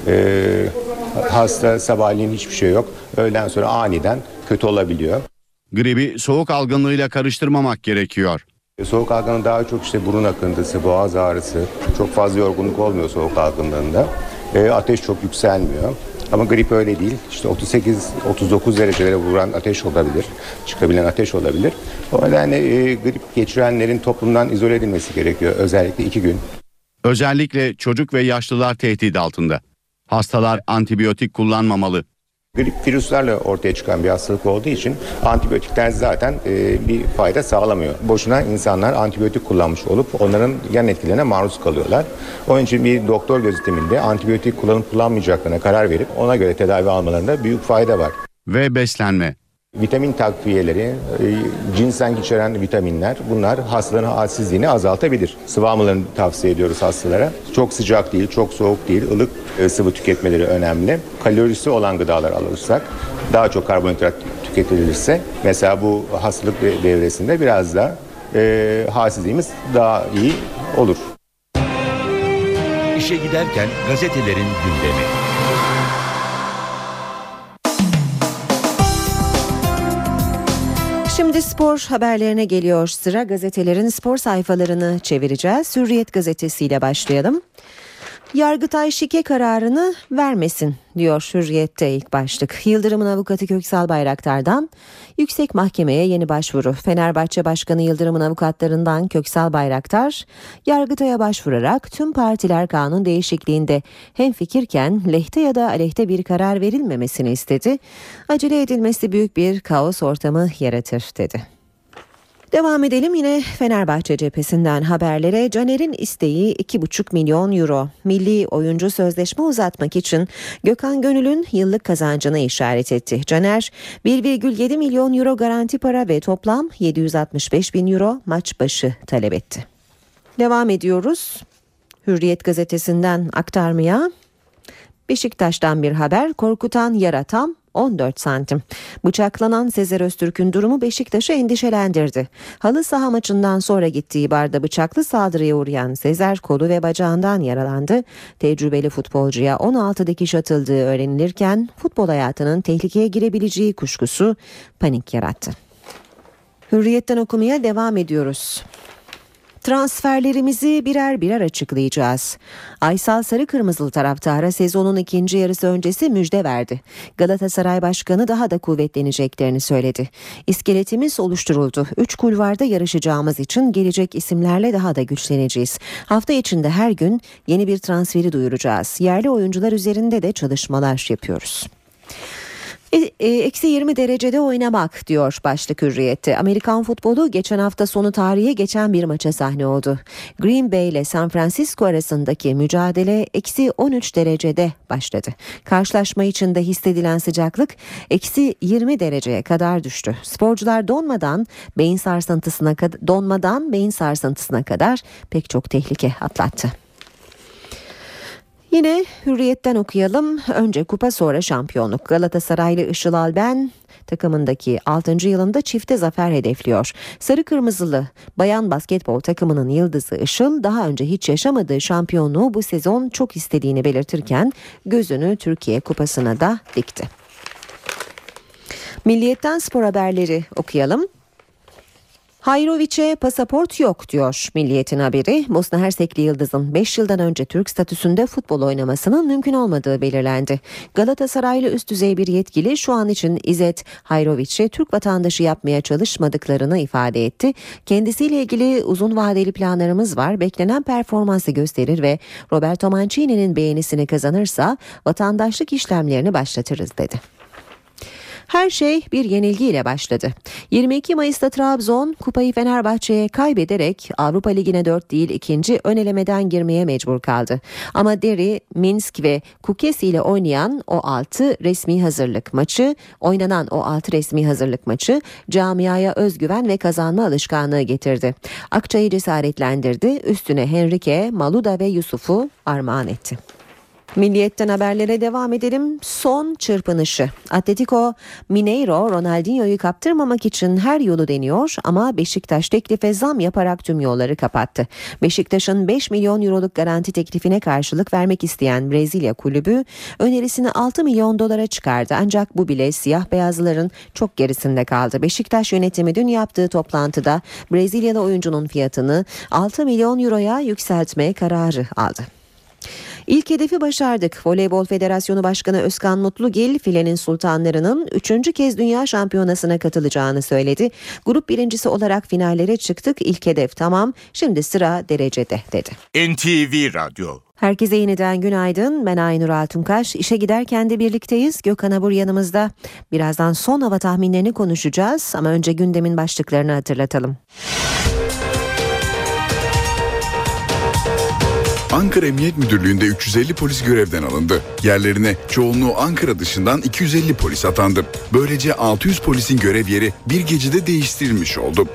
Ee, hasta sabahleyin hiçbir şey yok. Öğleden sonra aniden kötü olabiliyor. Gribi soğuk algınlığıyla karıştırmamak gerekiyor. Soğuk algınlığı daha çok işte burun akıntısı, boğaz ağrısı, çok fazla yorgunluk olmuyor soğuk algınlığında. E, ateş çok yükselmiyor. Ama grip öyle değil. İşte otuz sekiz otuz dokuz derecelere vuran ateş olabilir. Çıkabilen ateş olabilir. O nedenle e, grip geçirenlerin toplumdan izole edilmesi gerekiyor. Özellikle iki gün. Özellikle çocuk ve yaşlılar tehdit altında. Hastalar antibiyotik kullanmamalı. Grip virüslerle ortaya çıkan bir hastalık olduğu için antibiyotikler zaten e, bir fayda sağlamıyor. Boşuna insanlar antibiyotik kullanmış olup onların yan etkilerine maruz kalıyorlar. Onun için bir doktor gözetiminde antibiyotik kullanıp kullanmayacaklarına karar verip ona göre tedavi almalarında büyük fayda var. Ve beslenme. Vitamin takviyeleri, e, ginseng içeren vitaminler bunlar hastaların halsizliğini azaltabilir. Sıvı almalarını tavsiye ediyoruz hastalara. Çok sıcak değil, çok soğuk değil, ılık e, sıvı tüketmeleri önemli. Kalorisi olan gıdalar alırsak, daha çok karbonhidrat tüketilirse mesela bu hastalık devresinde biraz da e, halsizliğimiz daha iyi olur. İşe giderken gazetelerin gündemi. Şimdi spor haberlerine geliyor sıra. Gazetelerin spor sayfalarını çevireceğiz. Hürriyet gazetesiyle başlayalım. Yargıtay şike kararını vermesin diyor Hürriyet'te ilk başlık. Yıldırım'ın avukatı Köksal Bayraktar'dan yüksek mahkemeye yeni başvuru. Fenerbahçe Başkanı Yıldırım'ın avukatlarından Köksal Bayraktar, Yargıtay'a başvurarak tüm partiler kanun değişikliğinde hemfikirken lehte ya da aleyhte bir karar verilmemesini istedi. Acele edilmesi büyük bir kaos ortamı yaratır dedi. Devam edelim yine Fenerbahçe cephesinden haberlere. Caner'in isteği iki buçuk milyon euro. Milli oyuncu sözleşme uzatmak için Gökhan Gönül'ün yıllık kazancını işaret etti. Caner bir virgül yedi milyon euro garanti para ve toplam yedi yüz altmış beş bin euro maç başı talep etti. Devam ediyoruz. Hürriyet gazetesinden aktarmaya. Beşiktaş'tan bir haber. Korkutan yara tam on dört santim. Bıçaklanan Sezer Öztürk'ün durumu Beşiktaş'ı endişelendirdi. Halı saha maçından sonra gittiği barda bıçaklı saldırıya uğrayan Sezer kolu ve bacağından yaralandı. Tecrübeli futbolcuya on altı dikiş atıldığı öğrenilirken futbol hayatının tehlikeye girebileceği kuşkusu panik yarattı. Hürriyet'ten okumaya devam ediyoruz. Transferlerimizi birer birer açıklayacağız. Aysal Sarıkırmızılı taraftara sezonun ikinci yarısı öncesi müjde verdi. Galatasaray Başkanı daha da kuvvetleneceklerini söyledi. İskeletimiz oluşturuldu. Üç kulvarda yarışacağımız için gelecek isimlerle daha da güçleneceğiz. Hafta içinde her gün yeni bir transferi duyuracağız. Yerli oyuncular üzerinde de çalışmalar yapıyoruz. Eksi yirmi derecede oynamak diyor başlık Hürriyet'te. Amerikan futbolu geçen hafta sonu tarihe geçen bir maça sahne oldu. Green Bay ile San Francisco arasındaki mücadele eksi on üç derecede başladı. Karşılaşma içinde hissedilen sıcaklık eksi yirmi dereceye kadar düştü. Sporcular donmadan beyin sarsıntısına donmadan beyin sarsıntısına kadar pek çok tehlike atlattı. Yine Hürriyet'ten okuyalım. Önce kupa sonra şampiyonluk. Galatasaraylı Işıl Alben takımındaki altıncı yılında çifte zafer hedefliyor. Sarı Kırmızılı bayan basketbol takımının yıldızı Işıl daha önce hiç yaşamadığı şampiyonluğu bu sezon çok istediğini belirtirken gözünü Türkiye Kupası'na da dikti. Milliyet'ten spor haberleri okuyalım. Hayrovic'e pasaport yok diyor Milliyet'in haberi. Bosna Hersekli yıldızın beş yıldan önce Türk statüsünde futbol oynamasının mümkün olmadığı belirlendi. Galatasaraylı üst düzey bir yetkili şu an için İzzet Hayrovic'i Türk vatandaşı yapmaya çalışmadıklarını ifade etti. Kendisiyle ilgili uzun vadeli planlarımız var. Beklenen performansı gösterir ve Roberto Mancini'nin beğenisini kazanırsa vatandaşlık işlemlerini başlatırız dedi. Her şey bir yenilgiyle başladı. yirmi iki Mayıs'ta Trabzon kupayı Fenerbahçe'ye kaybederek Avrupa Ligi'ne dört değil ikinci ön elemeden girmeye mecbur kaldı. Ama Deri, Minsk ve Kukesi ile oynayan o altı resmi hazırlık maçı, oynanan o altı resmi hazırlık maçı camiaya özgüven ve kazanma alışkanlığı getirdi. Akçay'ı cesaretlendirdi, üstüne Henrique, Maluda ve Yusuf'u armağan etti. Milliyet'ten haberlere devam edelim. Son çırpınışı. Atletico Mineiro Ronaldinho'yu kaptırmamak için her yolu deniyor ama Beşiktaş teklife zam yaparak tüm yolları kapattı. Beşiktaş'ın beş milyon euroluk garanti teklifine karşılık vermek isteyen Brezilya kulübü önerisini altı milyon dolara çıkardı. Ancak bu bile siyah beyazlıların çok gerisinde kaldı. Beşiktaş yönetimi dün yaptığı toplantıda Brezilyalı oyuncunun fiyatını altı milyon euroya yükseltme kararı aldı. İlk hedefi başardık. Voleybol Federasyonu Başkanı Özkan Mutlugil, filenin sultanlarının üçüncü kez Dünya Şampiyonası'na katılacağını söyledi. Grup birincisi olarak finallere çıktık. İlk hedef tamam. Şimdi sıra derecede dedi. N T V Radyo. Herkese yeniden günaydın. Ben Aynur Altunkaş. İşe giderken de birlikteyiz. Gökhan Abur yanımızda. Birazdan son hava tahminlerini konuşacağız. Ama önce gündemin başlıklarını hatırlatalım. Ankara Emniyet Müdürlüğü'nde üç yüz elli polis görevden alındı. Yerlerine çoğunluğu Ankara dışından iki yüz elli polis atandı. Böylece altı yüz polisin görev yeri bir gecede değiştirilmiş oldu.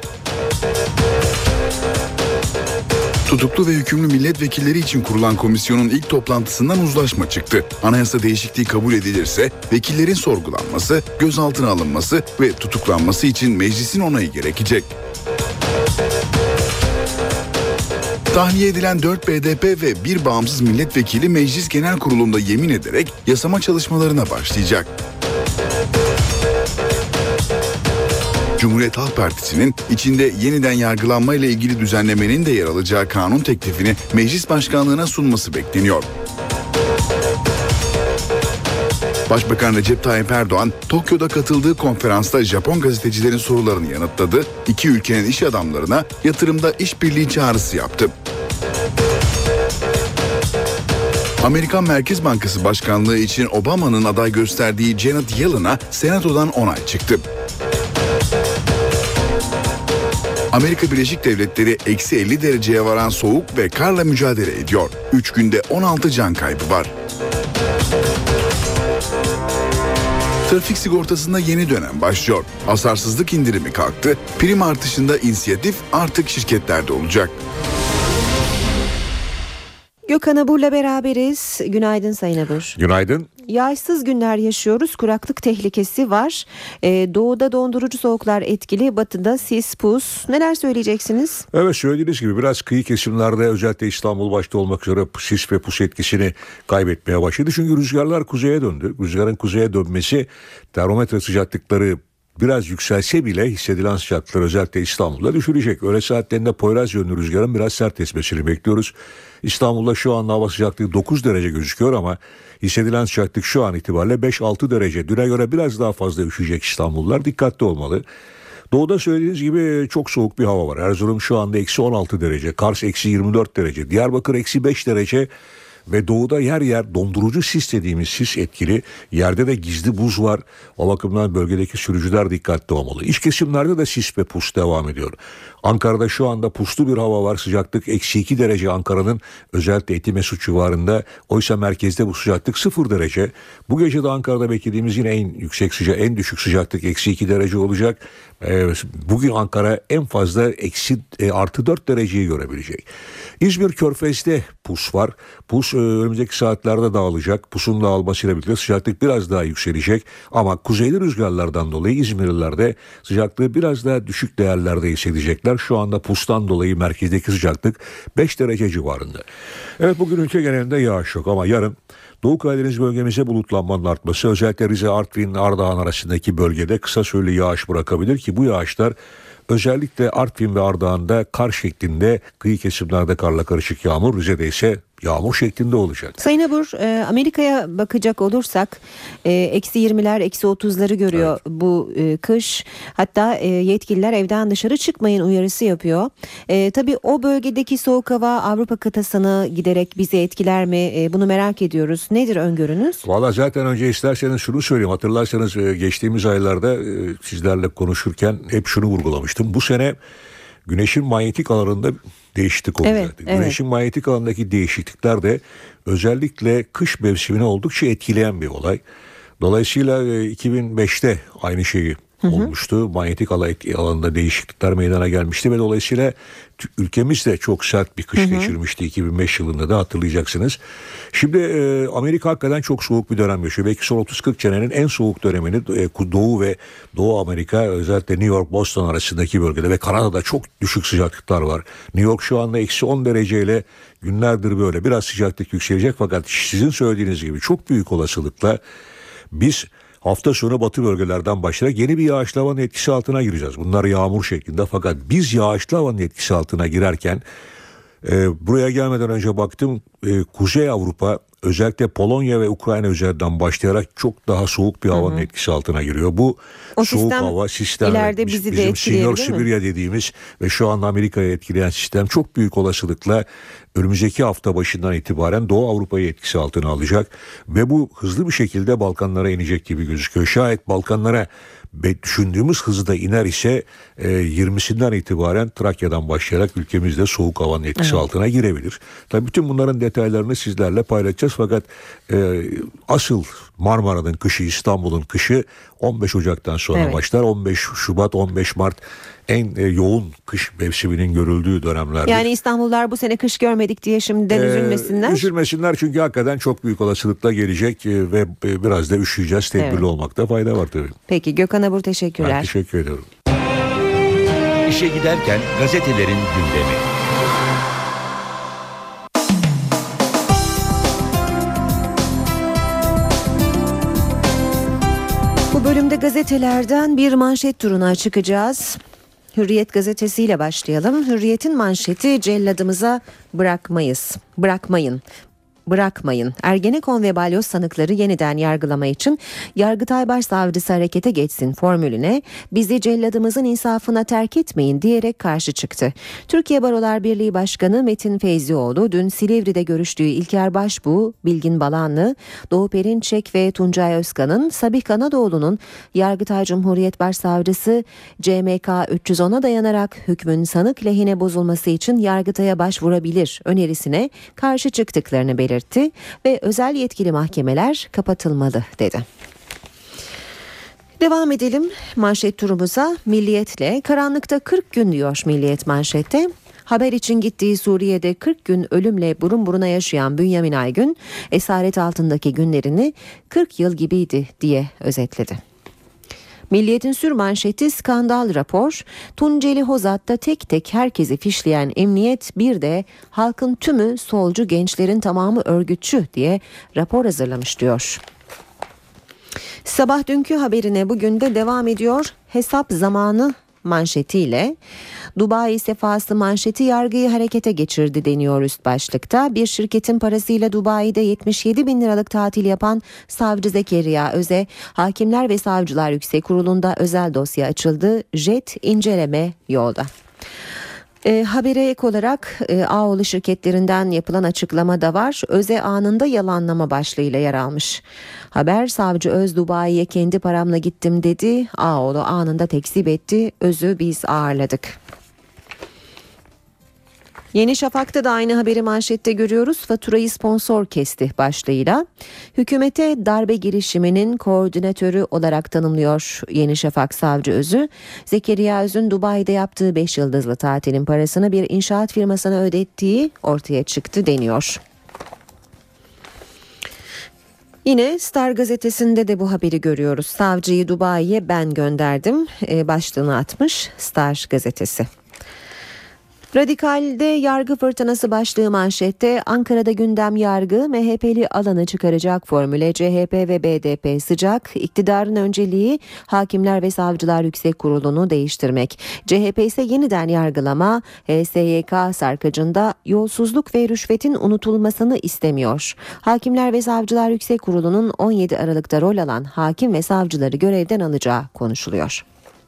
Tutuklu ve hükümlü milletvekilleri için kurulan komisyonun ilk toplantısından uzlaşma çıktı. Anayasa değişikliği kabul edilirse vekillerin sorgulanması, gözaltına alınması ve tutuklanması için meclisin onayı gerekecek. Tahliye edilen dört B D P ve bir bağımsız milletvekili Meclis Genel Kurulu'nda yemin ederek yasama çalışmalarına başlayacak. Cumhuriyet Halk Partisi'nin içinde yeniden yargılanma ile ilgili düzenlemenin de yer alacağı kanun teklifini meclis başkanlığına sunması bekleniyor. Başbakan Recep Tayyip Erdoğan, Tokyo'da katıldığı konferansta Japon gazetecilerin sorularını yanıtladı. İki ülkenin iş adamlarına yatırımda işbirliği çağrısı yaptı. Amerikan Merkez Bankası Başkanlığı için Obama'nın aday gösterdiği Janet Yellen'a Senato'dan onay çıktı. Amerika Birleşik Devletleri eksi elli dereceye varan soğuk ve karla mücadele ediyor. üç günde on altı can kaybı var. Trafik sigortasında yeni dönem başlıyor. Hasarsızlık indirimi kalktı. Prim artışında inisiyatif artık şirketlerde olacak. Gökhan Abur'la beraberiz. Günaydın Sayın Abur. Günaydın. Yağışsız günler yaşıyoruz. Kuraklık tehlikesi var. Ee, doğuda dondurucu soğuklar etkili. Batıda sis, pus. Neler söyleyeceksiniz? Evet, söylediğiniz gibi biraz kıyı kesimlerde özellikle İstanbul başta olmak üzere sis ve pus etkisini kaybetmeye başladı. Çünkü rüzgarlar kuzeye döndü. Rüzgarın kuzeye dönmesi termometre sıcaklıkları biraz yükselse bile hissedilen sıcaklıklar özellikle İstanbul'da düşürecek. Öğle saatlerinde Poyraz yönlü rüzgarın biraz sert esmesini bekliyoruz. İstanbul'da şu an hava sıcaklığı dokuz derece gözüküyor ama hissedilen sıcaklık şu an itibariyle beş altı derece. Düne göre biraz daha fazla üşüyecek İstanbullular. Dikkatli olmalı. Doğuda söylediğiniz gibi çok soğuk bir hava var. Erzurum şu anda eksi on altı derece. Kars eksi yirmi dört derece. Diyarbakır eksi beş derece. Ve doğuda yer yer dondurucu sis dediğimiz sis etkili. Yerde de gizli buz var. O bakımdan bölgedeki sürücüler dikkatli olmalı. İç kesimlerde de sis ve pus devam ediyor. Ankara'da şu anda puslu bir hava var. Sıcaklık eksi iki derece Ankara'nın özellikle Etimesut civarında. Oysa merkezde bu sıcaklık sıfır derece. Bu gece de Ankara'da beklediğimiz yine en yüksek sıcak, en düşük sıcaklık eksi iki derece olacak. Ee, bugün Ankara en fazla eksi e, artı dört dereceyi görebilecek. İzmir Körfez'de pus var. Pus e, önümüzdeki saatlerde dağılacak. Pusun dağılmasıyla birlikte sıcaklık biraz daha yükselecek. Ama kuzeyli rüzgarlardan dolayı İzmirlilerde sıcaklığı biraz daha düşük değerlerde hissedecekler. Şu anda pustan dolayı merkezdeki sıcaklık beş derece civarında. Evet, bugün ülke genelinde yağış yok ama yarın Doğu Karadeniz bölgemize bulutlanmanın artması özellikle Rize, Artvin, Ardahan arasındaki bölgede kısa süreli yağış bırakabilir ki bu yağışlar özellikle Artvin ve Ardahan'da kar şeklinde, kıyı kesimlerde karla karışık yağmur, Rize'de ise yağmur şeklinde olacak. Sayın Abur, e, Amerika'ya bakacak olursak e, eksi yirmiler, eksi otuzları görüyor evet. bu e, kış. Hatta e, yetkililer evden dışarı çıkmayın uyarısı yapıyor. E, tabii o bölgedeki soğuk hava Avrupa kıtasını giderek bizi etkiler mi? E, bunu merak ediyoruz. Nedir öngörünüz? Valla zaten önce isterseniz şunu söyleyeyim. Hatırlarsanız e, geçtiğimiz aylarda e, sizlerle konuşurken hep şunu vurgulamıştım. Bu sene Güneşin manyetik alanında değişiklik olacaktı. Evet, evet. Güneşin manyetik alanındaki değişiklikler de özellikle kış mevsimini oldukça etkileyen bir olay. Dolayısıyla iki bin beşte aynı şeyi Hı hı. olmuştu. Manyetik alanında değişiklikler meydana gelmişti ve dolayısıyla ülkemiz de çok sert bir kış hı hı. geçirmişti iki bin beş yılında da hatırlayacaksınız. Şimdi e, Amerika hakikaten çok soğuk bir dönem yaşıyor. Belki son otuz kırk senenin en soğuk dönemini e, Doğu ve Doğu Amerika özellikle New York, Boston arasındaki bölgede ve Kanada'da çok düşük sıcaklıklar var. New York şu anda eksi on dereceyle günlerdir böyle. Biraz sıcaklık yükselecek fakat sizin söylediğiniz gibi çok büyük olasılıkla biz hafta sonu batı bölgelerden başlayarak yeni bir yağışlı havanın etkisi altına gireceğiz. Bunlar yağmur şeklinde fakat biz yağışlı havanın etkisi altına girerken e, buraya gelmeden önce baktım e, Kuzey Avrupa özellikle Polonya ve Ukrayna üzerinden başlayarak çok daha soğuk bir havanın hı hı. etkisi altına giriyor. Bu o soğuk sistem, hava sistem bizi bizim Sinyor Sibirya dediğimiz ve şu anda Amerika'yı etkileyen sistem çok büyük olasılıkla önümüzdeki hafta başından itibaren Doğu Avrupa'yı etkisi altına alacak ve bu hızlı bir şekilde Balkanlara inecek gibi gözüküyor. Şayet Balkanlara düşündüğümüz hızda iner ise e, yirmisinden itibaren Trakya'dan başlayarak ülkemizde soğuk havanın etkisi evet. altına girebilir. Tabii bütün bunların detaylarını sizlerle paylaşacağız fakat e, asıl Marmara'nın kışı, İstanbul'un kışı on beş Ocak'tan sonra evet. başlar. on beş Şubat, on beş Mart en e, yoğun kış mevsiminin görüldüğü dönemlerdir. Yani İstanbullular bu sene kış görmedik diye şimdiden ee, üzülmesinler. Üzülmesinler çünkü hakikaten çok büyük olasılıkla gelecek e, ve e, biraz da üşüyeceğiz. Tedbirli evet. olmakta fayda var tabii. Peki Gökhan Abur teşekkürler. Ben teşekkür ediyorum. İşe giderken gazetelerin gündemi. Bu bölümde gazetelerden bir manşet turuna çıkacağız. Hürriyet gazetesiyle başlayalım. Hürriyet'in manşeti celladımıza bırakmayız. Bırakmayın. bırakmayın. Ergenekon ve balyoz sanıkları yeniden yargılama için Yargıtay Başsavcısı harekete geçsin formülüne bizi celladımızın insafına terk etmeyin diyerek karşı çıktı. Türkiye Barolar Birliği Başkanı Metin Feyzioğlu dün Silivri'de görüştüğü İlker Başbuğ, Bilgin Balanlı, Doğu Perinçek ve Tuncay Özkan'ın Sabih Kanadoğlu'nun Yargıtay Cumhuriyet Başsavcısı C M K üç yüz ona dayanarak hükmün sanık lehine bozulması için Yargıtay'a başvurabilir önerisine karşı çıktıklarını belirtti ve özel yetkili mahkemeler kapatılmalı dedi. Devam edelim manşet turumuza. Milliyetle karanlıkta kırk gün diyor Milliyet manşette. Haber için gittiği Suriye'de kırk gün ölümle burun buruna yaşayan Bünyamin Aygün, esaret altındaki günlerini kırk yıl gibiydi diye özetledi. Milliyet'in sürmanşeti skandal rapor. Tunceli Hozat'ta tek tek herkesi fişleyen emniyet bir de halkın tümü solcu, gençlerin tamamı örgütçü diye rapor hazırlamış diyor. Sabah dünkü haberine bugün de devam ediyor. Hesap zamanı manşetiyle Dubai sefası manşeti yargıyı harekete geçirdi deniyor üst başlıkta. Bir şirketin parasıyla Dubai'de yetmiş yedi bin liralık tatil yapan savcı Zekeriya Öz'e Hakimler ve Savcılar Yüksek Kurulu'nda özel dosya açıldı. Jet inceleme yolda. E, habere ek olarak e, Ağoğlu şirketlerinden yapılan açıklama da var. Öz'e anında yalanlama başlığıyla yer almış. Haber savcı Öz Dubai'ye kendi paramla gittim dedi. Ağoğlu anında tekzip etti. Öz'ü biz ağırladık. Yeni Şafak'ta da aynı haberi manşette görüyoruz. Faturayı sponsor kesti başlığıyla. Hükümete darbe girişiminin koordinatörü olarak tanımlıyor Yeni Şafak savcı Öz'ü. Zekeriya Öz'ün Dubai'de yaptığı beş yıldızlı tatilin parasını bir inşaat firmasına ödettiği ortaya çıktı deniyor. Yine Star gazetesinde de bu haberi görüyoruz. Savcıyı Dubai'ye ben gönderdim e, başlığını atmış Star gazetesi. Radikal'de yargı fırtınası başlığı manşette. Ankara'da gündem yargı, M H P'li alanı çıkaracak formüle C H P ve B D P sıcak. İktidarın önceliği Hakimler ve Savcılar Yüksek Kurulu'nu değiştirmek. C H P ise yeniden yargılama, H S Y K sarkacında yolsuzluk ve rüşvetin unutulmasını istemiyor. Hakimler ve Savcılar Yüksek Kurulu'nun on yedi Aralık'ta rol alan hakim ve savcıları görevden alacağı konuşuluyor.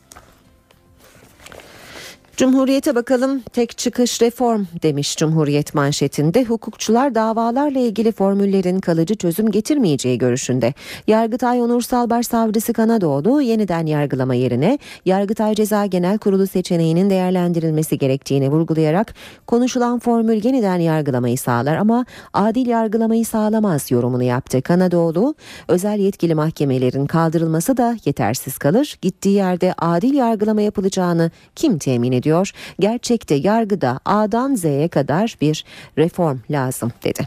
Cumhuriyet'e bakalım. Tek çıkış reform demiş Cumhuriyet manşetinde. Hukukçular davalarla ilgili formüllerin kalıcı çözüm getirmeyeceği görüşünde. Yargıtay Onursal Başsavcısı Kanadoğlu yeniden yargılama yerine Yargıtay Ceza Genel Kurulu seçeneğinin değerlendirilmesi gerektiğini vurgulayarak konuşulan formül yeniden yargılamayı sağlar ama adil yargılamayı sağlamaz yorumunu yaptı. Kanadoğlu, özel yetkili mahkemelerin kaldırılması da yetersiz kalır. Gittiği yerde adil yargılama yapılacağını kim temin ediyor? diyor. Gerçekte yargıda A'dan Z'ye kadar bir reform lazım dedi.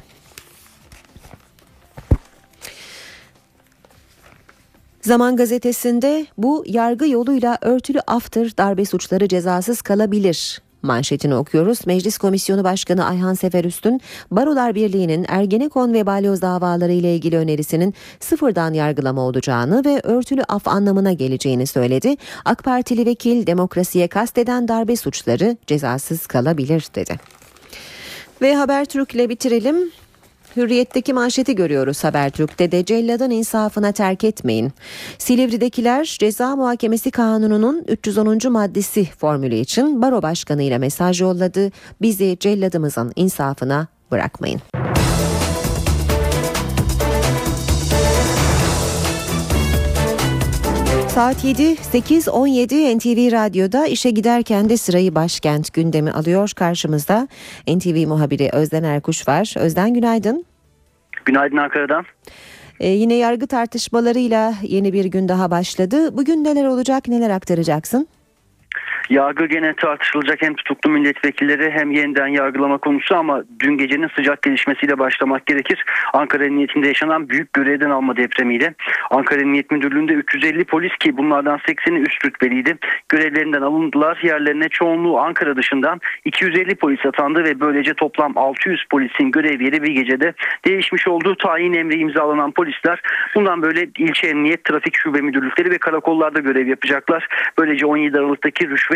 Zaman gazetesinde bu yargı yoluyla örtülü aftır darbe suçları cezasız kalabilir manşetini okuyoruz. Meclis Komisyonu Başkanı Ayhan Seferüstün, Barolar Birliği'nin Ergenekon ve balyoz davaları ile ilgili önerisinin sıfırdan yargılama olacağını ve örtülü af anlamına geleceğini söyledi. AK Partili vekil demokrasiye kasteden darbe suçları cezasız kalabilir dedi. Ve Habertürk ile bitirelim. Hürriyet'teki manşeti görüyoruz Habertürk'te de celladın insafına terk etmeyin. Silivri'dekiler ceza muhakemesi kanununun üç yüz onuncu maddesi formülü için baro başkanıyla mesaj yolladı. Bizi celladımızın insafına bırakmayın. Saat yedi, sekiz on yedi N T V Radyo'da işe giderken de sırayı başkent gündemi alıyor. Karşımızda N T V muhabiri Özden Erkuş var. Özden günaydın. Günaydın Ankara'dan. Ee, yine yargı tartışmalarıyla yeni bir gün daha başladı. Bugün neler olacak, neler aktaracaksın? Yargı gene tartışılacak, hem tutuklu milletvekilleri hem yeniden yargılama konusu, ama dün gecenin sıcak gelişmesiyle başlamak gerekir. Ankara Emniyetinde yaşanan büyük görevden alma depremiyle Ankara Emniyet Müdürlüğü'nde üç yüz elli polis, ki bunlardan sekseni üst rütbeliydi, görevlerinden alındılar. Yerlerine çoğunluğu Ankara dışından iki yüz elli polis atandı ve böylece toplam altı yüz polisin görev yeri bir gecede değişmiş oldu. Tayin emri imzalanan polisler bundan böyle ilçe emniyet, trafik şube müdürlükleri ve karakollarda görev yapacaklar. Böylece on yedi Aralık'taki rüşvet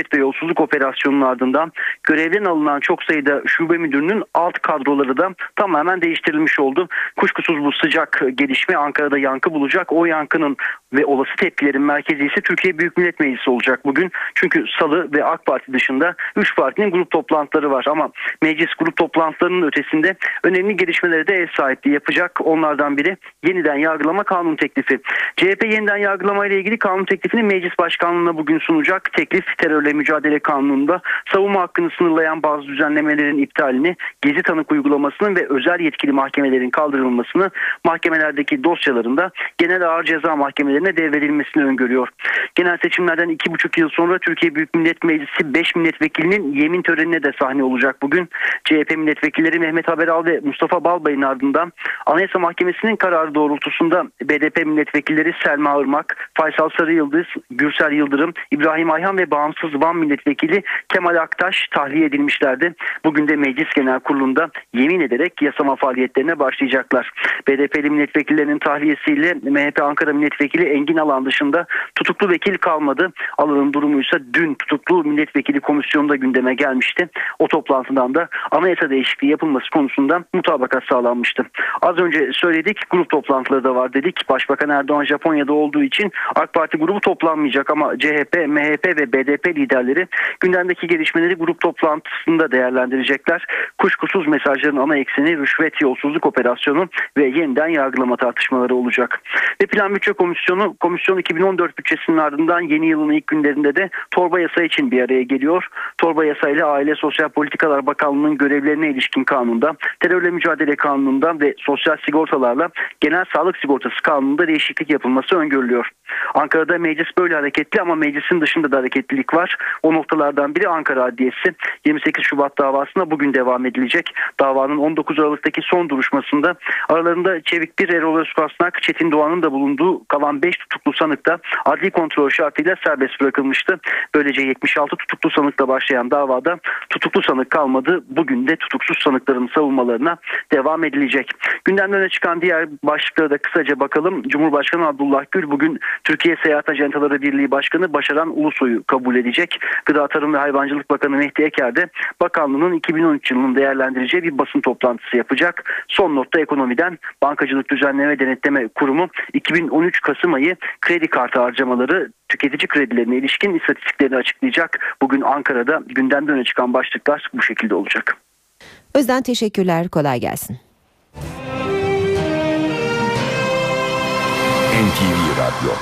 rüşvet ve yolsuzluk operasyonunun ardından görevden alınan çok sayıda şube müdürünün alt kadroları da tamamen değiştirilmiş oldu. Kuşkusuz bu sıcak gelişme Ankara'da yankı bulacak. O yankının ve olası tepkilerin merkezi ise Türkiye Büyük Millet Meclisi olacak bugün. Çünkü Salı ve AK Parti dışında üç partinin grup toplantıları var. Ama meclis grup toplantılarının ötesinde önemli gelişmelere de ev sahipliği yapacak. Onlardan biri yeniden yargılama kanun teklifi. C H P yeniden yargılama ile ilgili kanun teklifini meclis başkanlığına bugün sunacak. Teklif terörle mücadele kanununda savunma hakkını sınırlayan bazı düzenlemelerin iptalini, gezi tanık uygulamasının ve özel yetkili mahkemelerin kaldırılmasını, mahkemelerdeki dosyalarında genel ağır ceza mahkemelerine devredilmesini öngörüyor. Genel seçimlerden iki buçuk yıl sonra Türkiye Büyük Millet Meclisi beş milletvekilinin yemin törenine de sahne olacak bugün. C H P milletvekilleri Mehmet Haberal ve Mustafa Balbay'ın ardından Anayasa Mahkemesi'nin kararı doğrultusunda B D P milletvekilleri Selma Irmak, Faysal Sarıyıldız, Gürsel Yıldırım, İbrahim Ayhan ve bağımsız Van milletvekili Kemal Aktaş tahliye edilmişlerdi. Bugün de Meclis Genel Kurulu'nda yemin ederek yasama faaliyetlerine başlayacaklar. B D P'li milletvekillerinin tahliyesiyle M H P Ankara milletvekili Engin Alan dışında tutuklu vekil kalmadı. Alan'ın durumu ise dün tutuklu milletvekili komisyonunda gündeme gelmişti. O toplantıdan da anayasa değişikliği yapılması konusunda mutabakat sağlanmıştı. Az önce söyledik, grup toplantıları da var dedik. Başbakan Erdoğan Japonya'da olduğu için AK Parti grubu toplanmayacak ama C H P, M H P ve B D P liderleri gündemdeki gelişmeleri grup toplantısında değerlendirecekler. Kuşkusuz mesajların ana ekseni rüşvet, yolsuzluk operasyonu ve yeniden yargılama tartışmaları olacak. Ve Plan Bütçe Komisyonu, komisyon iki bin on dört bütçesinin ardından yeni yılın ilk günlerinde de torba yasa için bir araya geliyor. Torba yasa ile Aile Sosyal Politikalar Bakanlığı'nın görevlerine ilişkin kanunda, terörle mücadele kanununda ve sosyal sigortalarla genel sağlık sigortası kanununda değişiklik yapılması öngörülüyor. Ankara'da meclis böyle hareketli ama meclisin dışında da hareketlilik var. O noktalardan biri Ankara Adliyesi. yirmi sekiz Şubat davasına bugün devam edilecek. Davanın on dokuz Aralık'taki son duruşmasında aralarında Çevik bir, Erol Özkasnak, Çetin Doğan'ın da bulunduğu kalan beş tutuklu sanık da adli kontrol şartıyla serbest bırakılmıştı. Böylece yetmiş altı tutuklu sanıkla başlayan davada tutuklu sanık kalmadı. Bugün de tutuksuz sanıkların savunmalarına devam edilecek. Gündemden öne çıkan diğer başlıklara da kısaca bakalım. Cumhurbaşkanı Abdullah Gül bugün Türkiye Seyahat Ajantaları Birliği Başkanı Başaran Ulusoy'u kabul edecek. Gıda Tarım ve Hayvancılık Bakanı Mehdi Eker de bakanlığının iki bin on üç yılını değerlendireceği bir basın toplantısı yapacak. Son notta ekonomiden Bankacılık Düzenleme Denetleme Kurumu iki bin on üç Kasım ayı kredi kartı harcamaları, tüketici kredilerine ilişkin istatistiklerini açıklayacak. Bugün Ankara'da gündemden öne çıkan başlıklar bu şekilde olacak. Özden teşekkürler, kolay gelsin. N T V Radyo.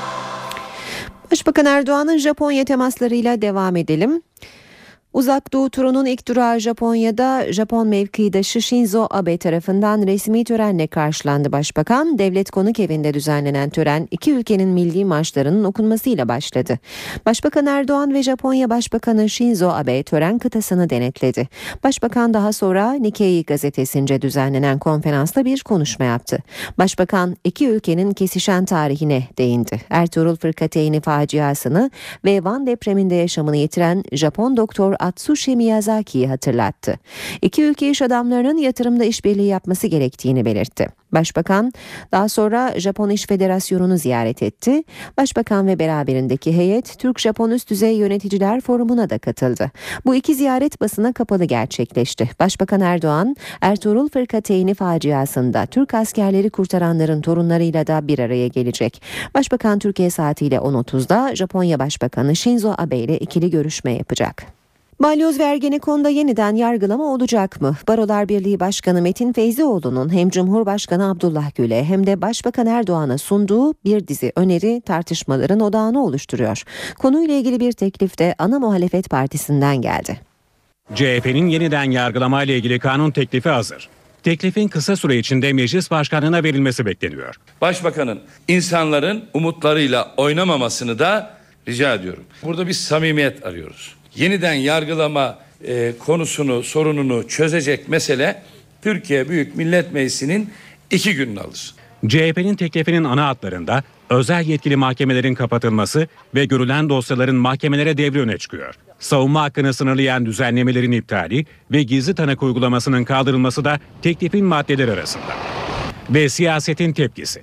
Başbakan Erdoğan'ın Japonya temaslarıyla devam edelim. Uzak Doğu turunun ilk durağı Japonya'da Japon mevkidaşı Shinzo Abe tarafından resmi törenle karşılandı Başbakan. Devlet Konuk Evi'nde düzenlenen tören iki ülkenin milli marşlarının okunmasıyla başladı. Başbakan Erdoğan ve Japonya Başbakanı Shinzo Abe tören kıtasını denetledi. Başbakan daha sonra Nikkei gazetesince düzenlenen konferansta bir konuşma yaptı. Başbakan iki ülkenin kesişen tarihine değindi. Ertuğrul Fırkateyni faciasını ve Van depreminde yaşamını yitiren Japon doktor Atsushi Miyazaki'yi hatırlattı. İki ülke iş adamlarının yatırımda işbirliği yapması gerektiğini belirtti. Başbakan daha sonra Japon İş Federasyonu'nu ziyaret etti. Başbakan ve beraberindeki heyet Türk-Japon Üst Düzey Yöneticiler Forumu'na da katıldı. Bu iki ziyaret basına kapalı gerçekleşti. Başbakan Erdoğan, Ertuğrul Fırkateyni faciasında Türk askerleri kurtaranların torunlarıyla da bir araya gelecek. Başbakan Türkiye saatiyle on otuzda Japonya Başbakanı Shinzo Abe ile ikili görüşme yapacak. Balyoz ve Ergenekon'da yeniden yargılama olacak mı? Barolar Birliği Başkanı Metin Feyzioğlu'nun hem Cumhurbaşkanı Abdullah Gül'e hem de Başbakan Erdoğan'a sunduğu bir dizi öneri tartışmaların odağını oluşturuyor. Konuyla ilgili bir teklif de ana muhalefet partisinden geldi. C H P'nin yeniden yargılama ile ilgili kanun teklifi hazır. Teklifin kısa süre içinde meclis başkanlığına verilmesi bekleniyor. Başbakanın insanların umutlarıyla oynamamasını da rica ediyorum. Burada bir samimiyet arıyoruz. Yeniden yargılama e, konusunu, sorununu çözecek mesele Türkiye Büyük Millet Meclisi'nin iki gününü alır. C H P'nin teklifinin ana hatlarında özel yetkili mahkemelerin kapatılması ve görülen dosyaların mahkemelere devri öne çıkıyor. Savunma hakkını sınırlayan düzenlemelerin iptali ve gizli tanık uygulamasının kaldırılması da teklifin maddeleri arasında. Ve siyasetin tepkisi.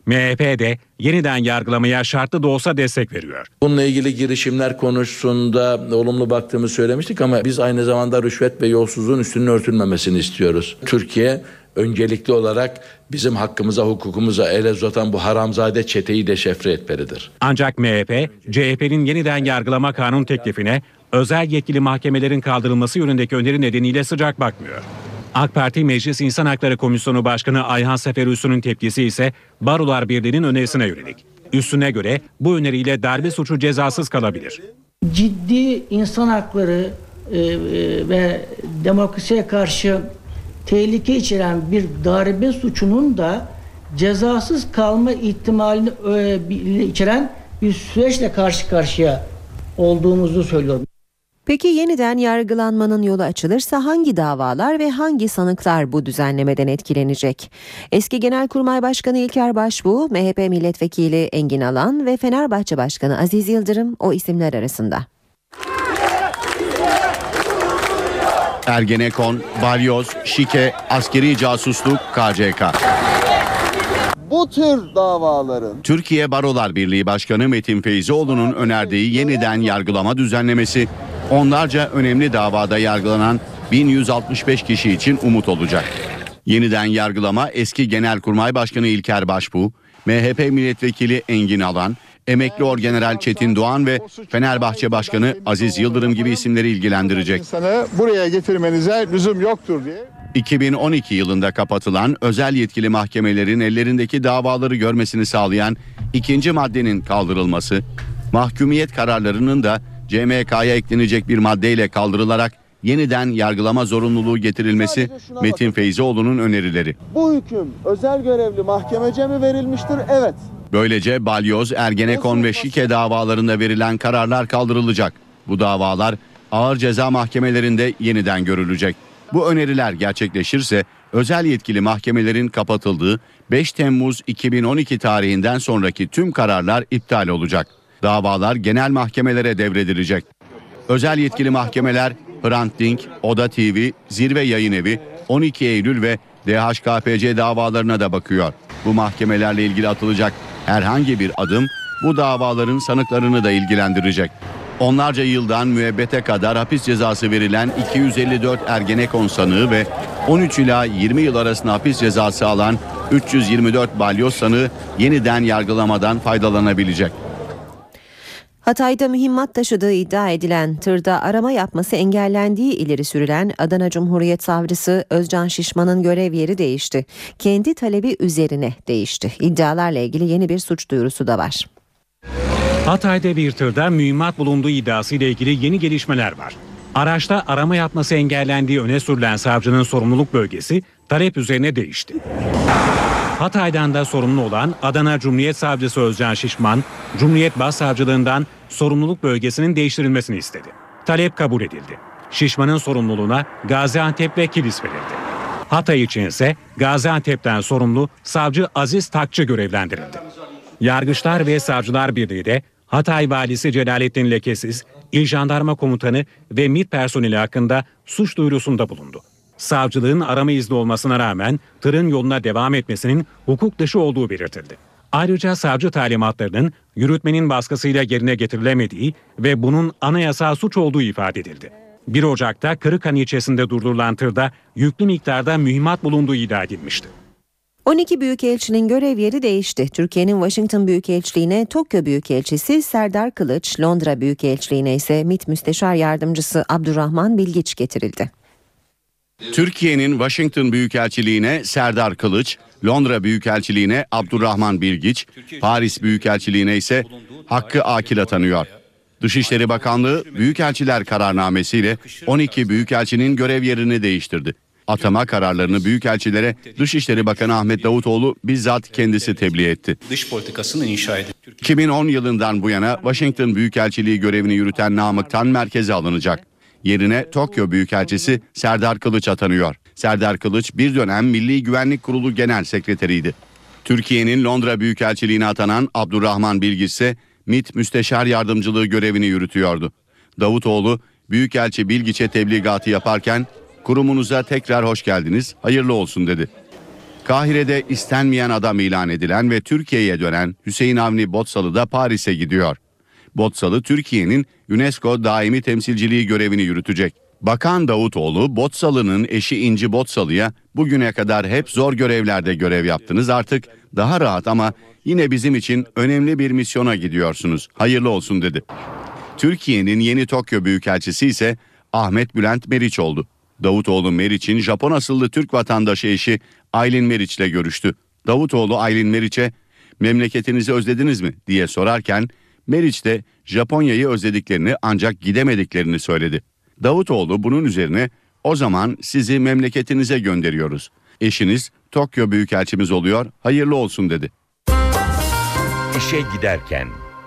M H P de yeniden yargılamaya şartlı da olsa destek veriyor. Bununla ilgili girişimler konusunda olumlu baktığımı söylemiştik ama biz aynı zamanda rüşvet ve yolsuzluğun üstünün örtülmemesini istiyoruz. Türkiye öncelikli olarak bizim hakkımıza, hukukumuza el uzatan bu haramzade çeteyi deşifre etmelidir. Ancak M H P, C H P'nin yeniden yargılama kanun teklifine özel yetkili mahkemelerin kaldırılması yönündeki öneri nedeniyle sıcak bakmıyor. AK Parti Meclis İnsan Hakları Komisyonu Başkanı Ayhan Seferi Üssü'nün tepkisi ise Barolar Birliği'nin önerisine yönelik. Üssü'ne göre bu öneriyle darbe suçu cezasız kalabilir. Ciddi insan hakları e, e, ve demokrasiye karşı tehlike içeren bir darbe suçunun da cezasız kalma ihtimalini e, içeren bir süreçle karşı karşıya olduğumuzu söylüyorum. Peki yeniden yargılanmanın yolu açılırsa hangi davalar ve hangi sanıklar bu düzenlemeden etkilenecek? Eski Genelkurmay Başkanı İlker Başbuğ, M H P Milletvekili Engin Alan ve Fenerbahçe Başkanı Aziz Yıldırım o isimler arasında. Ergenekon, balyoz, şike, askeri casusluk, K C K. Bu tür davaların Türkiye Barolar Birliği Başkanı Metin Feyzioğlu'nun önerdiği yeniden yargılama düzenlemesi onlarca önemli davada yargılanan bin yüz altmış beş kişi için umut olacak. Yeniden yargılama eski Genelkurmay Başkanı İlker Başbuğ, M H P Milletvekili Engin Alan, emekli Orgeneral Çetin Doğan ve Fenerbahçe Başkanı Aziz Yıldırım gibi isimleri ilgilendirecek. İnsanı buraya getirmenize lüzum yoktur diye. iki bin on iki yılında kapatılan özel yetkili mahkemelerin ellerindeki davaları görmesini sağlayan ikinci maddenin kaldırılması, mahkumiyet kararlarının da C M K'ya eklenecek bir maddeyle kaldırılarak yeniden yargılama zorunluluğu getirilmesi Metin Feyzioğlu'nun önerileri. Bu hüküm özel görevli mahkemece mi verilmiştir? Evet. Böylece balyoz, Ergenekon ve şike davalarında verilen kararlar kaldırılacak. Bu davalar ağır ceza mahkemelerinde yeniden görülecek. Bu öneriler gerçekleşirse özel yetkili mahkemelerin kapatıldığı beş Temmuz iki bin on iki tarihinden sonraki tüm kararlar iptal olacak. Davalar genel mahkemelere devredilecek. Özel yetkili mahkemeler Hrant Dink, Oda T V, Zirve Yayınevi, on iki Eylül ve D H K P C davalarına da bakıyor. Bu mahkemelerle ilgili atılacak herhangi bir adım bu davaların sanıklarını da ilgilendirecek. Onlarca yıldan müebbete kadar hapis cezası verilen iki yüz elli dört Ergenekon sanığı ve on üç ila yirmi yıl arasında hapis cezası alan üç yüz yirmi dört balyoz sanığı yeniden yargılamadan faydalanabilecek. Hatay'da mühimmat taşıdığı iddia edilen tırda arama yapması engellendiği ileri sürülen Adana Cumhuriyet Savcısı Özcan Şişman'ın görev yeri değişti. Kendi talebi üzerine değişti. İddialarla ilgili yeni bir suç duyurusu da var. Hatay'da bir tırda mühimmat bulunduğu iddiasıyla ilgili yeni gelişmeler var. Araçta arama yapması engellendiği öne sürülen savcının sorumluluk bölgesi talep üzerine değişti. Hatay'dan da sorumlu olan Adana Cumhuriyet Savcısı Özcan Şişman, Cumhuriyet Başsavcılığından sorumluluk bölgesinin değiştirilmesini istedi. Talep kabul edildi. Şişman'ın sorumluluğuna Gaziantep ve Kilis verildi. Hatay için ise Gaziantep'ten sorumlu savcı Aziz Takçı görevlendirildi. Yargıçlar ve Savcılar Birliği de Hatay Valisi Celalettin Lekesiz, İl Jandarma Komutanı ve MİT personeli hakkında suç duyurusunda bulundu. Savcılığın arama izni olmasına rağmen tırın yoluna devam etmesinin hukuk dışı olduğu belirtildi. Ayrıca savcı talimatlarının yürütmenin baskısıyla yerine getirilemediği ve bunun anayasal suç olduğu ifade edildi. bir Ocak'ta Kırıkhan ilçesinde durdurulan tırda yüklü miktarda mühimmat bulunduğu iddia edilmişti. on iki Büyükelçinin görev yeri değişti. Türkiye'nin Washington Büyükelçiliğine Tokyo Büyükelçisi Serdar Kılıç, Londra Büyükelçiliğine ise MİT Müsteşar Yardımcısı Abdurrahman Bilgiç getirildi. Türkiye'nin Washington Büyükelçiliğine Serdar Kılıç, Londra Büyükelçiliğine Abdurrahman Bilgiç, Paris Büyükelçiliğine ise Hakkı Akil atanıyor. Dışişleri Bakanlığı Büyükelçiler kararnamesiyle on iki büyükelçinin görev yerini değiştirdi. Atama kararlarını büyükelçilere Dışişleri Bakanı Ahmet Davutoğlu bizzat kendisi tebliğ etti. Dış politikasını inşa edildi. iki bin on yılından bu yana Washington Büyükelçiliği görevini yürüten Namık Tan merkeze alınacak. Yerine Tokyo Büyükelçisi Serdar Kılıç atanıyor. Serdar Kılıç bir dönem Milli Güvenlik Kurulu Genel Sekreteriydi. Türkiye'nin Londra Büyükelçiliğine atanan Abdurrahman Bilgiç ise MİT Müsteşar Yardımcılığı görevini yürütüyordu. Davutoğlu Büyükelçi Bilgiç'e tebligatı yaparken "Kurumunuza tekrar hoş geldiniz, hayırlı olsun" dedi. Kahire'de istenmeyen adam ilan edilen ve Türkiye'ye dönen Hüseyin Avni Botsalı da Paris'e gidiyor. Botsalı Türkiye'nin UNESCO daimi temsilciliği görevini yürütecek. Bakan Davutoğlu, Botsalı'nın eşi İnci Botsalı'ya bugüne kadar hep zor görevlerde görev yaptınız, artık daha rahat ama yine bizim için önemli bir misyona gidiyorsunuz. Hayırlı olsun dedi. Türkiye'nin yeni Tokyo Büyükelçisi ise Ahmet Bülent Meriç oldu. Davutoğlu Meriç'in Japon asıllı Türk vatandaşı eşi Aylin Meriç'le görüştü. Davutoğlu Aylin Meriç'e memleketinizi özlediniz mi diye sorarken Meriç de Japonya'yı özlediklerini ancak gidemediklerini söyledi. Davutoğlu bunun üzerine o zaman sizi memleketinize gönderiyoruz. Eşiniz Tokyo Büyükelçimiz oluyor, hayırlı olsun dedi. İşe giderken.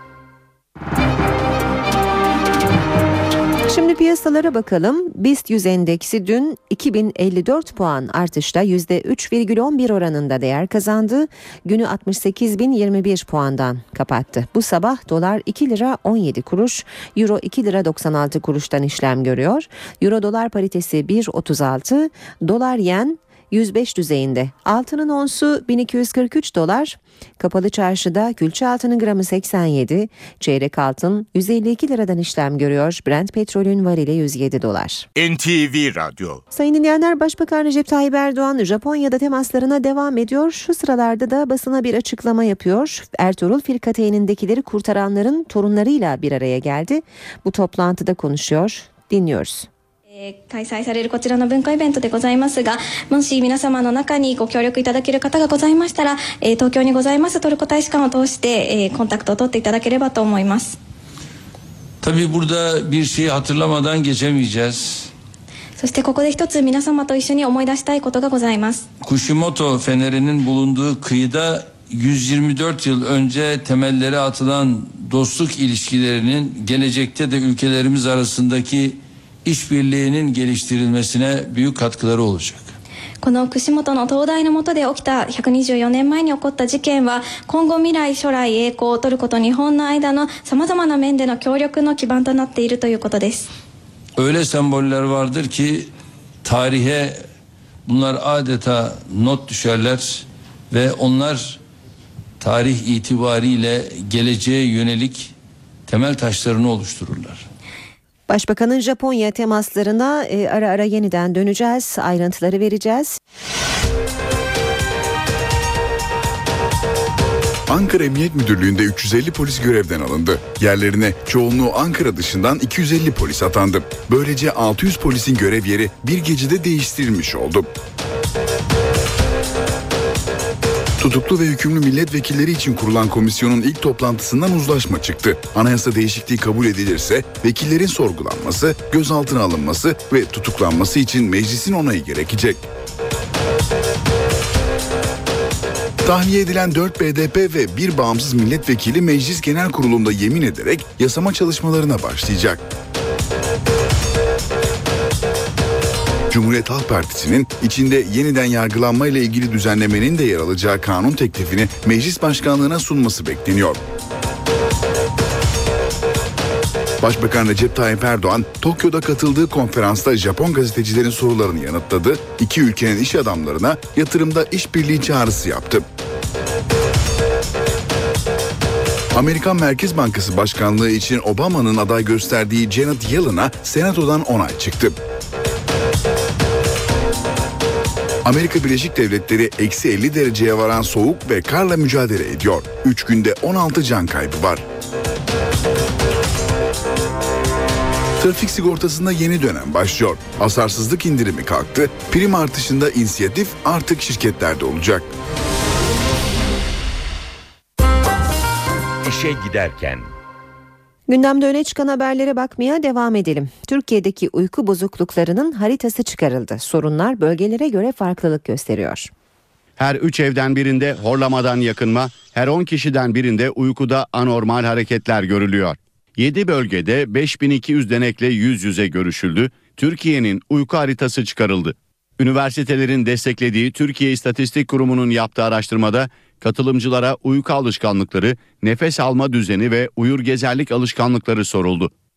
Şimdi piyasalara bakalım. BIST yüz endeksi dün iki bin elli dört puan artışla yüzde üç virgül on bir oranında değer kazandı. Günü altmış sekiz bin yirmi bir puandan kapattı. Bu sabah dolar iki lira on yedi kuruş, euro iki lira doksan altı kuruştan işlem görüyor. Euro dolar paritesi bir virgül otuz altı, dolar yen yüz beş düzeyinde. Altının onsu bin iki yüz kırk üç dolar. Kapalı çarşıda külçe altının gramı seksen yedi, çeyrek altın yüz elli iki liradan işlem görüyor. Brent petrolün varili yüz yedi dolar. N T V Radyo. Sayın dinleyenler, Başbakan Recep Tayyip Erdoğan Japonya'da temaslarına devam ediyor. Şu sıralarda da basına bir açıklama yapıyor. Ertuğrul Firkateyn'indekileri kurtaranların torunlarıyla bir araya geldi. Bu toplantıda konuşuyor. Dinliyoruz. 開催されるこちらの文化イベントでございますが、もし皆様の中にご協力いただける方がございましたら、えー、東京にございますトルコ大使館を通して、えー、コンタクトを取っていただければと思います。 Tabii burada bir şeyi hatırlamadan geçemeyeceğiz. そしてここで一つ皆様と一緒に思い出したいことがございます。 Kushimoto fenerinin bulunduğu kıyıda yüz yirmi dört yıl önce temelleri atılan dostluk ilişkilerinin gelecekte de ülkelerimiz arasındaki işbirliğinin geliştirilmesine büyük katkıları olacak. この串本の灯台の下で起きたひゃくにじゅうよねんまえに起こった事件は今後未来将来栄光をトルコと日本の間のさまざまな面での協力の基盤となっているということです。 Öyle semboller vardır ki tarihe bunlar adeta not düşerler ve onlar tarih itibariyle geleceğe yönelik temel taşlarını oluştururlar. Başbakanın Japonya temaslarına e, ara ara yeniden döneceğiz, ayrıntıları vereceğiz. Ankara Emniyet Müdürlüğü'nde üç yüz elli polis görevden alındı. Yerlerine çoğunluğu Ankara dışından iki yüz elli polis atandı. Böylece altı yüz polisin görev yeri bir gecede değiştirilmiş oldu. Tutuklu ve hükümlü milletvekilleri için kurulan komisyonun ilk toplantısından uzlaşma çıktı. Anayasa değişikliği kabul edilirse vekillerin sorgulanması, gözaltına alınması ve tutuklanması için meclisin onayı gerekecek. Tahliye edilen dört B D P ve bir bağımsız milletvekili Meclis Genel Kurulu'nda yemin ederek yasama çalışmalarına başlayacak. Cumhuriyet Halk Partisi'nin içinde yeniden yargılanma ile ilgili düzenlemenin de yer alacağı kanun teklifini meclis başkanlığına sunması bekleniyor. Başbakan Recep Tayyip Erdoğan, Tokyo'da katıldığı konferansta Japon gazetecilerin sorularını yanıtladı, iki ülkenin iş adamlarına yatırımda işbirliği çağrısı yaptı. Amerikan Merkez Bankası Başkanlığı için Obama'nın aday gösterdiği Janet Yellen'a Senato'dan onay çıktı. Amerika Birleşik Devletleri eksi elli dereceye varan soğuk ve karla mücadele ediyor. üç günde on altı can kaybı var. Trafik sigortasında yeni dönem başlıyor. Hasarsızlık indirimi kalktı. Prim artışında inisiyatif artık şirketlerde olacak. İşe giderken. Gündemde öne çıkan haberlere bakmaya devam edelim. Türkiye'deki uyku bozukluklarının haritası çıkarıldı. Sorunlar bölgelere göre farklılık gösteriyor. Her üç evden birinde horlamadan yakınma, her on kişiden birinde uykuda anormal hareketler görülüyor. yedi bölgede beş bin iki yüz denekle yüz yüze görüşüldü. Türkiye'nin uyku haritası çıkarıldı. Üniversitelerin desteklediği Türkiye İstatistik Kurumu'nun yaptığı araştırmada katılımcılara uyku alışkanlıkları, nefes alma düzeni ve uyur gezerlik alışkanlıkları soruldu.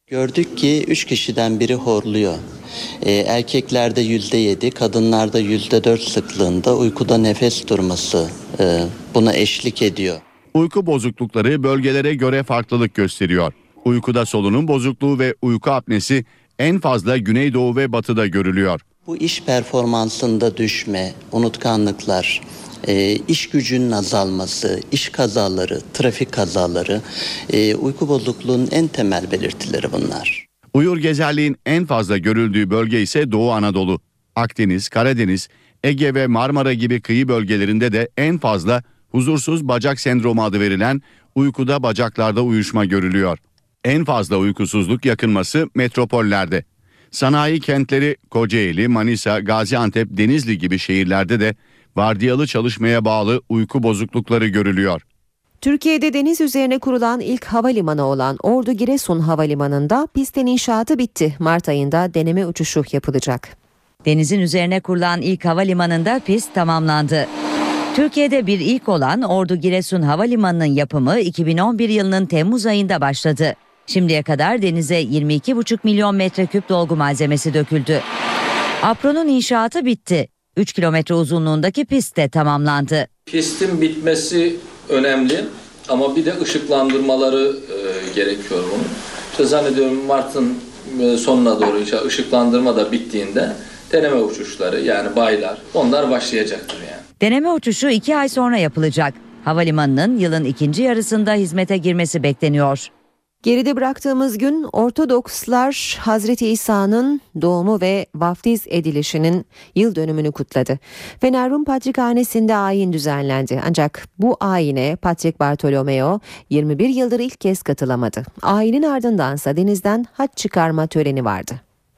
Gördük ki üç kişiden biri horluyor. Ee, erkeklerde yüzde yedi, kadınlarda yüzde dört sıklığında uykuda nefes durması e, buna eşlik ediyor. Uyku bozuklukları bölgelere göre farklılık gösteriyor. Uykuda solunum bozukluğu ve uyku apnesi en fazla Güneydoğu ve Batı'da görülüyor. Bu iş performansında düşme, unutkanlıklar, e, iş gücünün azalması, iş kazaları, trafik kazaları, e, uyku bozukluğunun en temel belirtileri bunlar. Uyur gezerliğin en fazla görüldüğü bölge ise Doğu Anadolu. Akdeniz, Karadeniz, Ege ve Marmara gibi kıyı bölgelerinde de en fazla huzursuz bacak sendromu adı verilen uykuda bacaklarda uyuşma görülüyor. En fazla uykusuzluk yakınması metropollerde. Sanayi kentleri Kocaeli, Manisa, Gaziantep, Denizli gibi şehirlerde de vardiyalı çalışmaya bağlı uyku bozuklukları görülüyor. Türkiye'de deniz üzerine kurulan ilk havalimanı olan Ordu Giresun Havalimanı'nda pistin inşaatı bitti. Mart ayında deneme uçuşu yapılacak. Denizin üzerine kurulan ilk havalimanında pist tamamlandı. Türkiye'de bir ilk olan Ordu Giresun Havalimanı'nın yapımı iki bin on bir yılının Temmuz ayında başladı. Şimdiye kadar denize yirmi iki buçuk milyon metreküp dolgu malzemesi döküldü. Apron'un inşaatı bitti. üç kilometre uzunluğundaki pist de tamamlandı. Pistin bitmesi önemli ama bir de ışıklandırmaları e, gerekiyor bunun. İşte zannediyorum Mart'ın e, sonuna doğru işte ışıklandırma da bittiğinde deneme uçuşları yani baylar onlar başlayacaktır yani. Deneme uçuşu iki ay sonra yapılacak. Havalimanının yılın ikinci yarısında hizmete girmesi bekleniyor. Geride bıraktığımız gün Ortodokslar Hazreti İsa'nın doğumu ve vaftiz edilişinin yıl dönümünü kutladı. Fener Rum Patrikhanesi'nde ayin düzenlendi. Ancak bu ayine Patrik Bartolomeo yirmi bir yıldır ilk kez katılamadı. Ayinin ardındansa denizden haç çıkarma töreni vardı.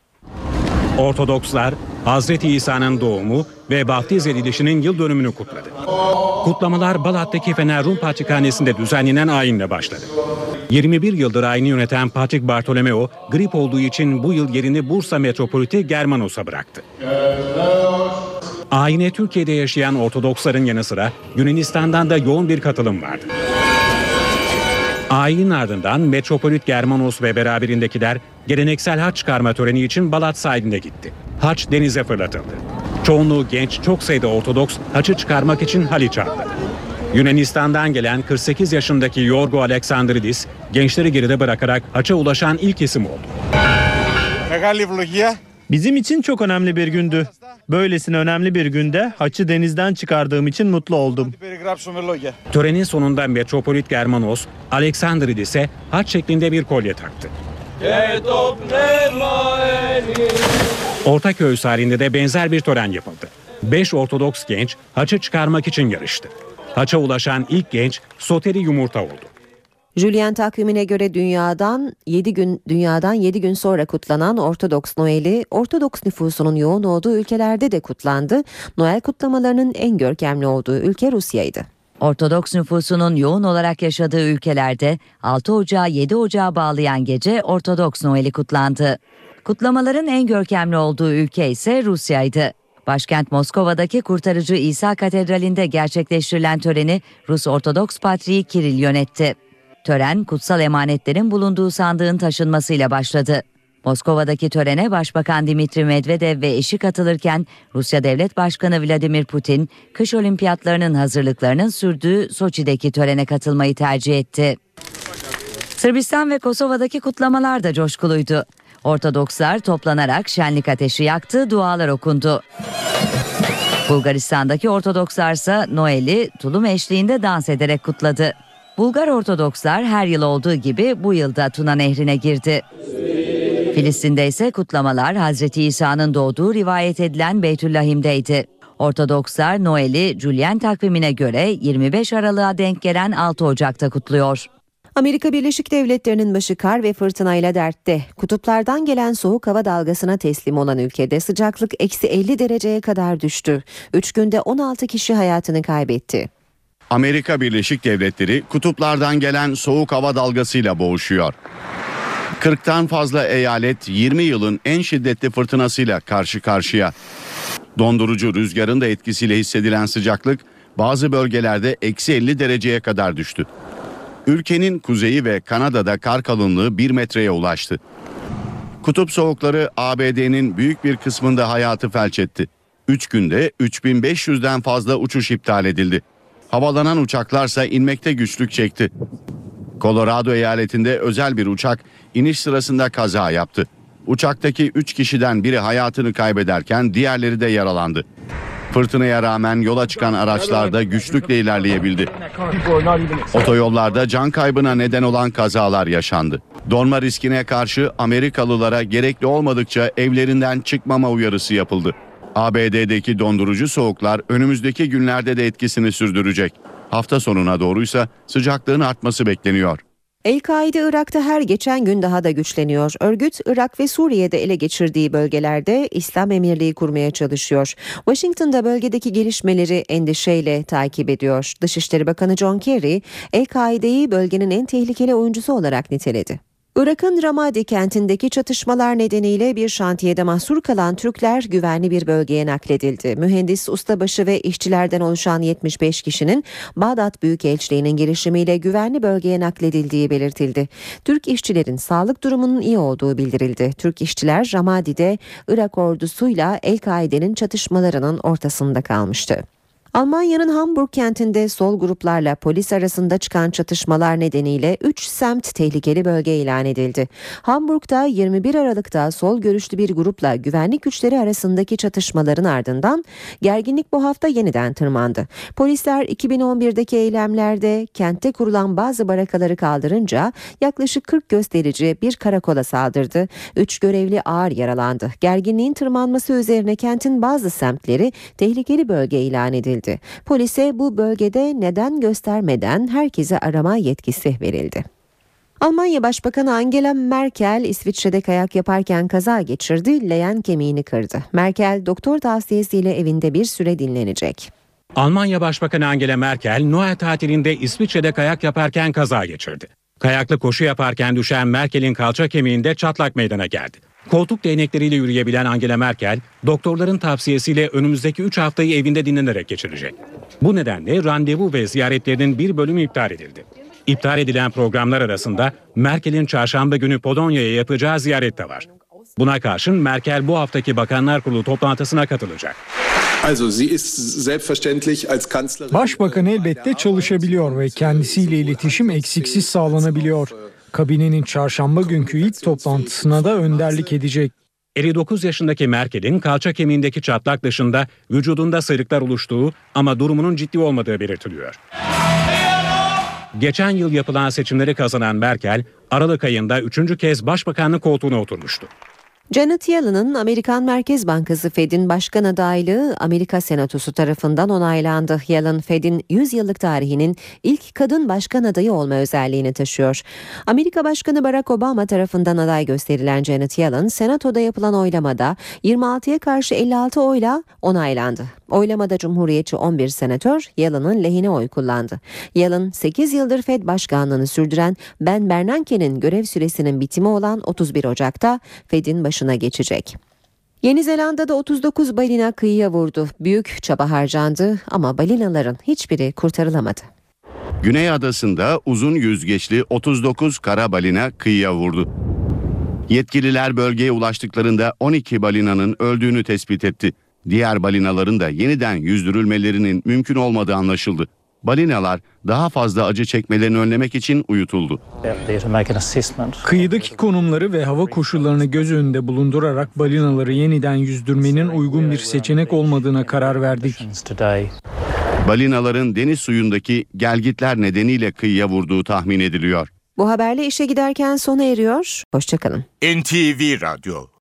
Ortodokslar Hazreti İsa'nın doğumu ve vaftiz edilişinin yıl dönümünü kutladı. Kutlamalar Balat'taki Fener Rum Patrikhanesi'nde düzenlenen ayinle başladı. yirmi bir yıldır ayini yöneten Patrik Bartolomeo, grip olduğu için bu yıl yerini Bursa Metropoliti Germanos'a bıraktı. Ayine Türkiye'de yaşayan Ortodoksların yanı sıra Yunanistan'dan da yoğun bir katılım vardı. Ayinin ardından Metropolit Germanos ve beraberindekiler geleneksel haç çıkarma töreni için Balat sahiline gitti. Haç denize fırlatıldı. Çoğunluğu genç, çok sayıda Ortodoks haçı çıkarmak için Haliç'e atladı. Yunanistan'dan gelen kırk sekiz yaşındaki Yorgo Alexandridis gençleri geride bırakarak haça ulaşan ilk isim oldu. Bizim için çok önemli bir gündü. Böylesine önemli bir günde haçı denizden çıkardığım için mutlu oldum. Törenin sonunda Metropolit Germanos, Alexandridis'e haç şeklinde bir kolye taktı. Ortaköy sahilinde de benzer bir tören yapıldı. Beş Ortodoks genç haçı çıkarmak için yarıştı. Haça ulaşan ilk genç Soteri Yumurta oldu. Julian takvimine göre dünyadan yedi gün dünyadan yedi gün sonra kutlanan Ortodoks Noel'i Ortodoks nüfusunun yoğun olduğu ülkelerde de kutlandı. Noel kutlamalarının en görkemli olduğu ülke Rusya'ydı. Ortodoks nüfusunun yoğun olarak yaşadığı ülkelerde altı Ocağı yedi Ocağı bağlayan gece Ortodoks Noel'i kutlandı. Kutlamaların en görkemli olduğu ülke ise Rusya'ydı. Başkent Moskova'daki Kurtarıcı İsa Katedrali'nde gerçekleştirilen töreni Rus Ortodoks Patriği Kiril yönetti. Tören, kutsal emanetlerin bulunduğu sandığın taşınmasıyla başladı. Moskova'daki törene Başbakan Dimitri Medvedev ve eşi katılırken Rusya Devlet Başkanı Vladimir Putin, kış olimpiyatlarının hazırlıklarının sürdüğü Soçi'deki törene katılmayı tercih etti. Sırbistan ve Kosova'daki kutlamalar da coşkuluydu. Ortodokslar toplanarak şenlik ateşi yaktı, dualar okundu. Bulgaristan'daki Ortodokslarsa Noel'i tulum eşliğinde dans ederek kutladı. Bulgar Ortodokslar her yıl olduğu gibi bu yılda Tuna Nehri'ne girdi. Filistin'de ise kutlamalar Hazreti İsa'nın doğduğu rivayet edilen Beytüllahim'deydi. Ortodokslar Noel'i Julian takvimine göre yirmi beş Aralık'a denk gelen altı Ocak'ta kutluyor. Amerika Birleşik Devletleri'nin başı kar ve fırtınayla dertte. Kutuplardan gelen soğuk hava dalgasına teslim olan ülkede sıcaklık eksi elli dereceye kadar düştü. üç günde on altı kişi hayatını kaybetti. Amerika Birleşik Devletleri kutuplardan gelen soğuk hava dalgasıyla boğuşuyor. kırktan fazla eyalet yirmi yılın en şiddetli fırtınasıyla karşı karşıya. Dondurucu rüzgarın da etkisiyle hissedilen sıcaklık bazı bölgelerde eksi elli dereceye kadar düştü. Ülkenin kuzeyi ve Kanada'da kar kalınlığı bir metreye ulaştı. Kutup soğukları A B D'nin büyük bir kısmında hayatı felç etti. üç günde üç bin beş yüzden fazla uçuş iptal edildi. Havalanan uçaklarsa inmekte güçlük çekti. Colorado eyaletinde özel bir uçak iniş sırasında kaza yaptı. Uçaktaki üç kişiden biri hayatını kaybederken diğerleri de yaralandı. Fırtınaya rağmen yola çıkan araçlarda güçlükle ilerleyebildi. Otoyollarda can kaybına neden olan kazalar yaşandı. Donma riskine karşı Amerikalılara gerekli olmadıkça evlerinden çıkmama uyarısı yapıldı. A B D'deki dondurucu soğuklar önümüzdeki günlerde de etkisini sürdürecek. Hafta sonuna doğruysa sıcaklığın artması bekleniyor. El-Kaide Irak'ta her geçen gün daha da güçleniyor. Örgüt, Irak ve Suriye'de ele geçirdiği bölgelerde İslam Emirliği kurmaya çalışıyor. Washington'da bölgedeki gelişmeleri endişeyle takip ediyor. Dışişleri Bakanı John Kerry, El-Kaide'yi bölgenin en tehlikeli oyuncusu olarak niteledi. Irak'ın Ramadi kentindeki çatışmalar nedeniyle bir şantiyede mahsur kalan Türkler güvenli bir bölgeye nakledildi. Mühendis, ustabaşı ve işçilerden oluşan yetmiş beş kişinin Bağdat Büyükelçiliği'nin girişimiyle güvenli bölgeye nakledildiği belirtildi. Türk işçilerin sağlık durumunun iyi olduğu bildirildi. Türk işçiler Ramadi'de Irak ordusuyla El-Kaide'nin çatışmalarının ortasında kalmıştı. Almanya'nın Hamburg kentinde sol gruplarla polis arasında çıkan çatışmalar nedeniyle üç semt tehlikeli bölge ilan edildi. Hamburg'da yirmi bir Aralık'ta sol görüşlü bir grupla güvenlik güçleri arasındaki çatışmaların ardından gerginlik bu hafta yeniden tırmandı. Polisler iki bin on birdeki eylemlerde kentte kurulan bazı barakaları kaldırınca yaklaşık kırk gösterici bir karakola saldırdı. üç görevli ağır yaralandı. Gerginliğin tırmanması üzerine kentin bazı semtleri tehlikeli bölge ilan edildi. Polise bu bölgede neden göstermeden herkese arama yetkisi verildi. Almanya Başbakanı Angela Merkel İsviçre'de kayak yaparken kaza geçirdi, leğen kemiğini kırdı. Merkel doktor tavsiyesiyle evinde bir süre dinlenecek. Almanya Başbakanı Angela Merkel Noel tatilinde İsviçre'de kayak yaparken kaza geçirdi. Kayaklı koşu yaparken düşen Merkel'in kalça kemiğinde çatlak meydana geldi. Koltuk değnekleriyle yürüyebilen Angela Merkel, doktorların tavsiyesiyle önümüzdeki üç haftayı evinde dinlenerek geçirecek. Bu nedenle randevu ve ziyaretlerinin bir bölümü iptal edildi. İptal edilen programlar arasında Merkel'in çarşamba günü Polonya'ya yapacağı ziyaret de var. Buna karşın Merkel bu haftaki Bakanlar Kurulu toplantısına katılacak. Başbakan elbette çalışabiliyor ve kendisiyle iletişim eksiksiz sağlanabiliyor. Kabinenin çarşamba günkü ilk toplantısına da önderlik edecek. elli dokuz yaşındaki Merkel'in kalça kemiğindeki çatlak dışında vücudunda sıyrıklar oluştuğu ama durumunun ciddi olmadığı belirtiliyor. Geçen yıl yapılan seçimleri kazanan Merkel, Aralık ayında üçüncü kez başbakanlık koltuğuna oturmuştu. Janet Yellen'ın Amerikan Merkez Bankası Fed'in başkan adaylığı Amerika Senatosu tarafından onaylandı. Yellen, Fed'in yüz yıllık tarihinin ilk kadın başkan adayı olma özelliğini taşıyor. Amerika Başkanı Barack Obama tarafından aday gösterilen Janet Yellen, Senato'da yapılan oylamada yirmi altıya karşı elli altı oyla onaylandı. Oylamada Cumhuriyetçi on bir senatör Yellen'ın lehine oy kullandı. Yellen, sekiz yıldır Fed başkanlığını sürdüren Ben Bernanke'nin görev süresinin bitimi olan otuz bir Ocak'ta Fed'in başına geçecek. Yeni Zelanda'da otuz dokuz balina kıyıya vurdu. Büyük çaba harcandı ama balinaların hiçbiri kurtarılamadı. Güney Adası'nda uzun yüzgeçli otuz dokuz kara balina kıyıya vurdu. Yetkililer bölgeye ulaştıklarında on iki balinanın öldüğünü tespit etti. Diğer balinaların da yeniden yüzdürülmelerinin mümkün olmadığı anlaşıldı. Balinalar daha fazla acı çekmelerini önlemek için uyutuldu. Kıyıdaki konumları ve hava koşullarını göz önünde bulundurarak balinaları yeniden yüzdürmenin uygun bir seçenek olmadığına karar verdik. Balinaların deniz suyundaki gelgitler nedeniyle kıyıya vurduğu tahmin ediliyor. Bu haberle işe giderken sona eriyor. Hoşçakalın. N T V Radyo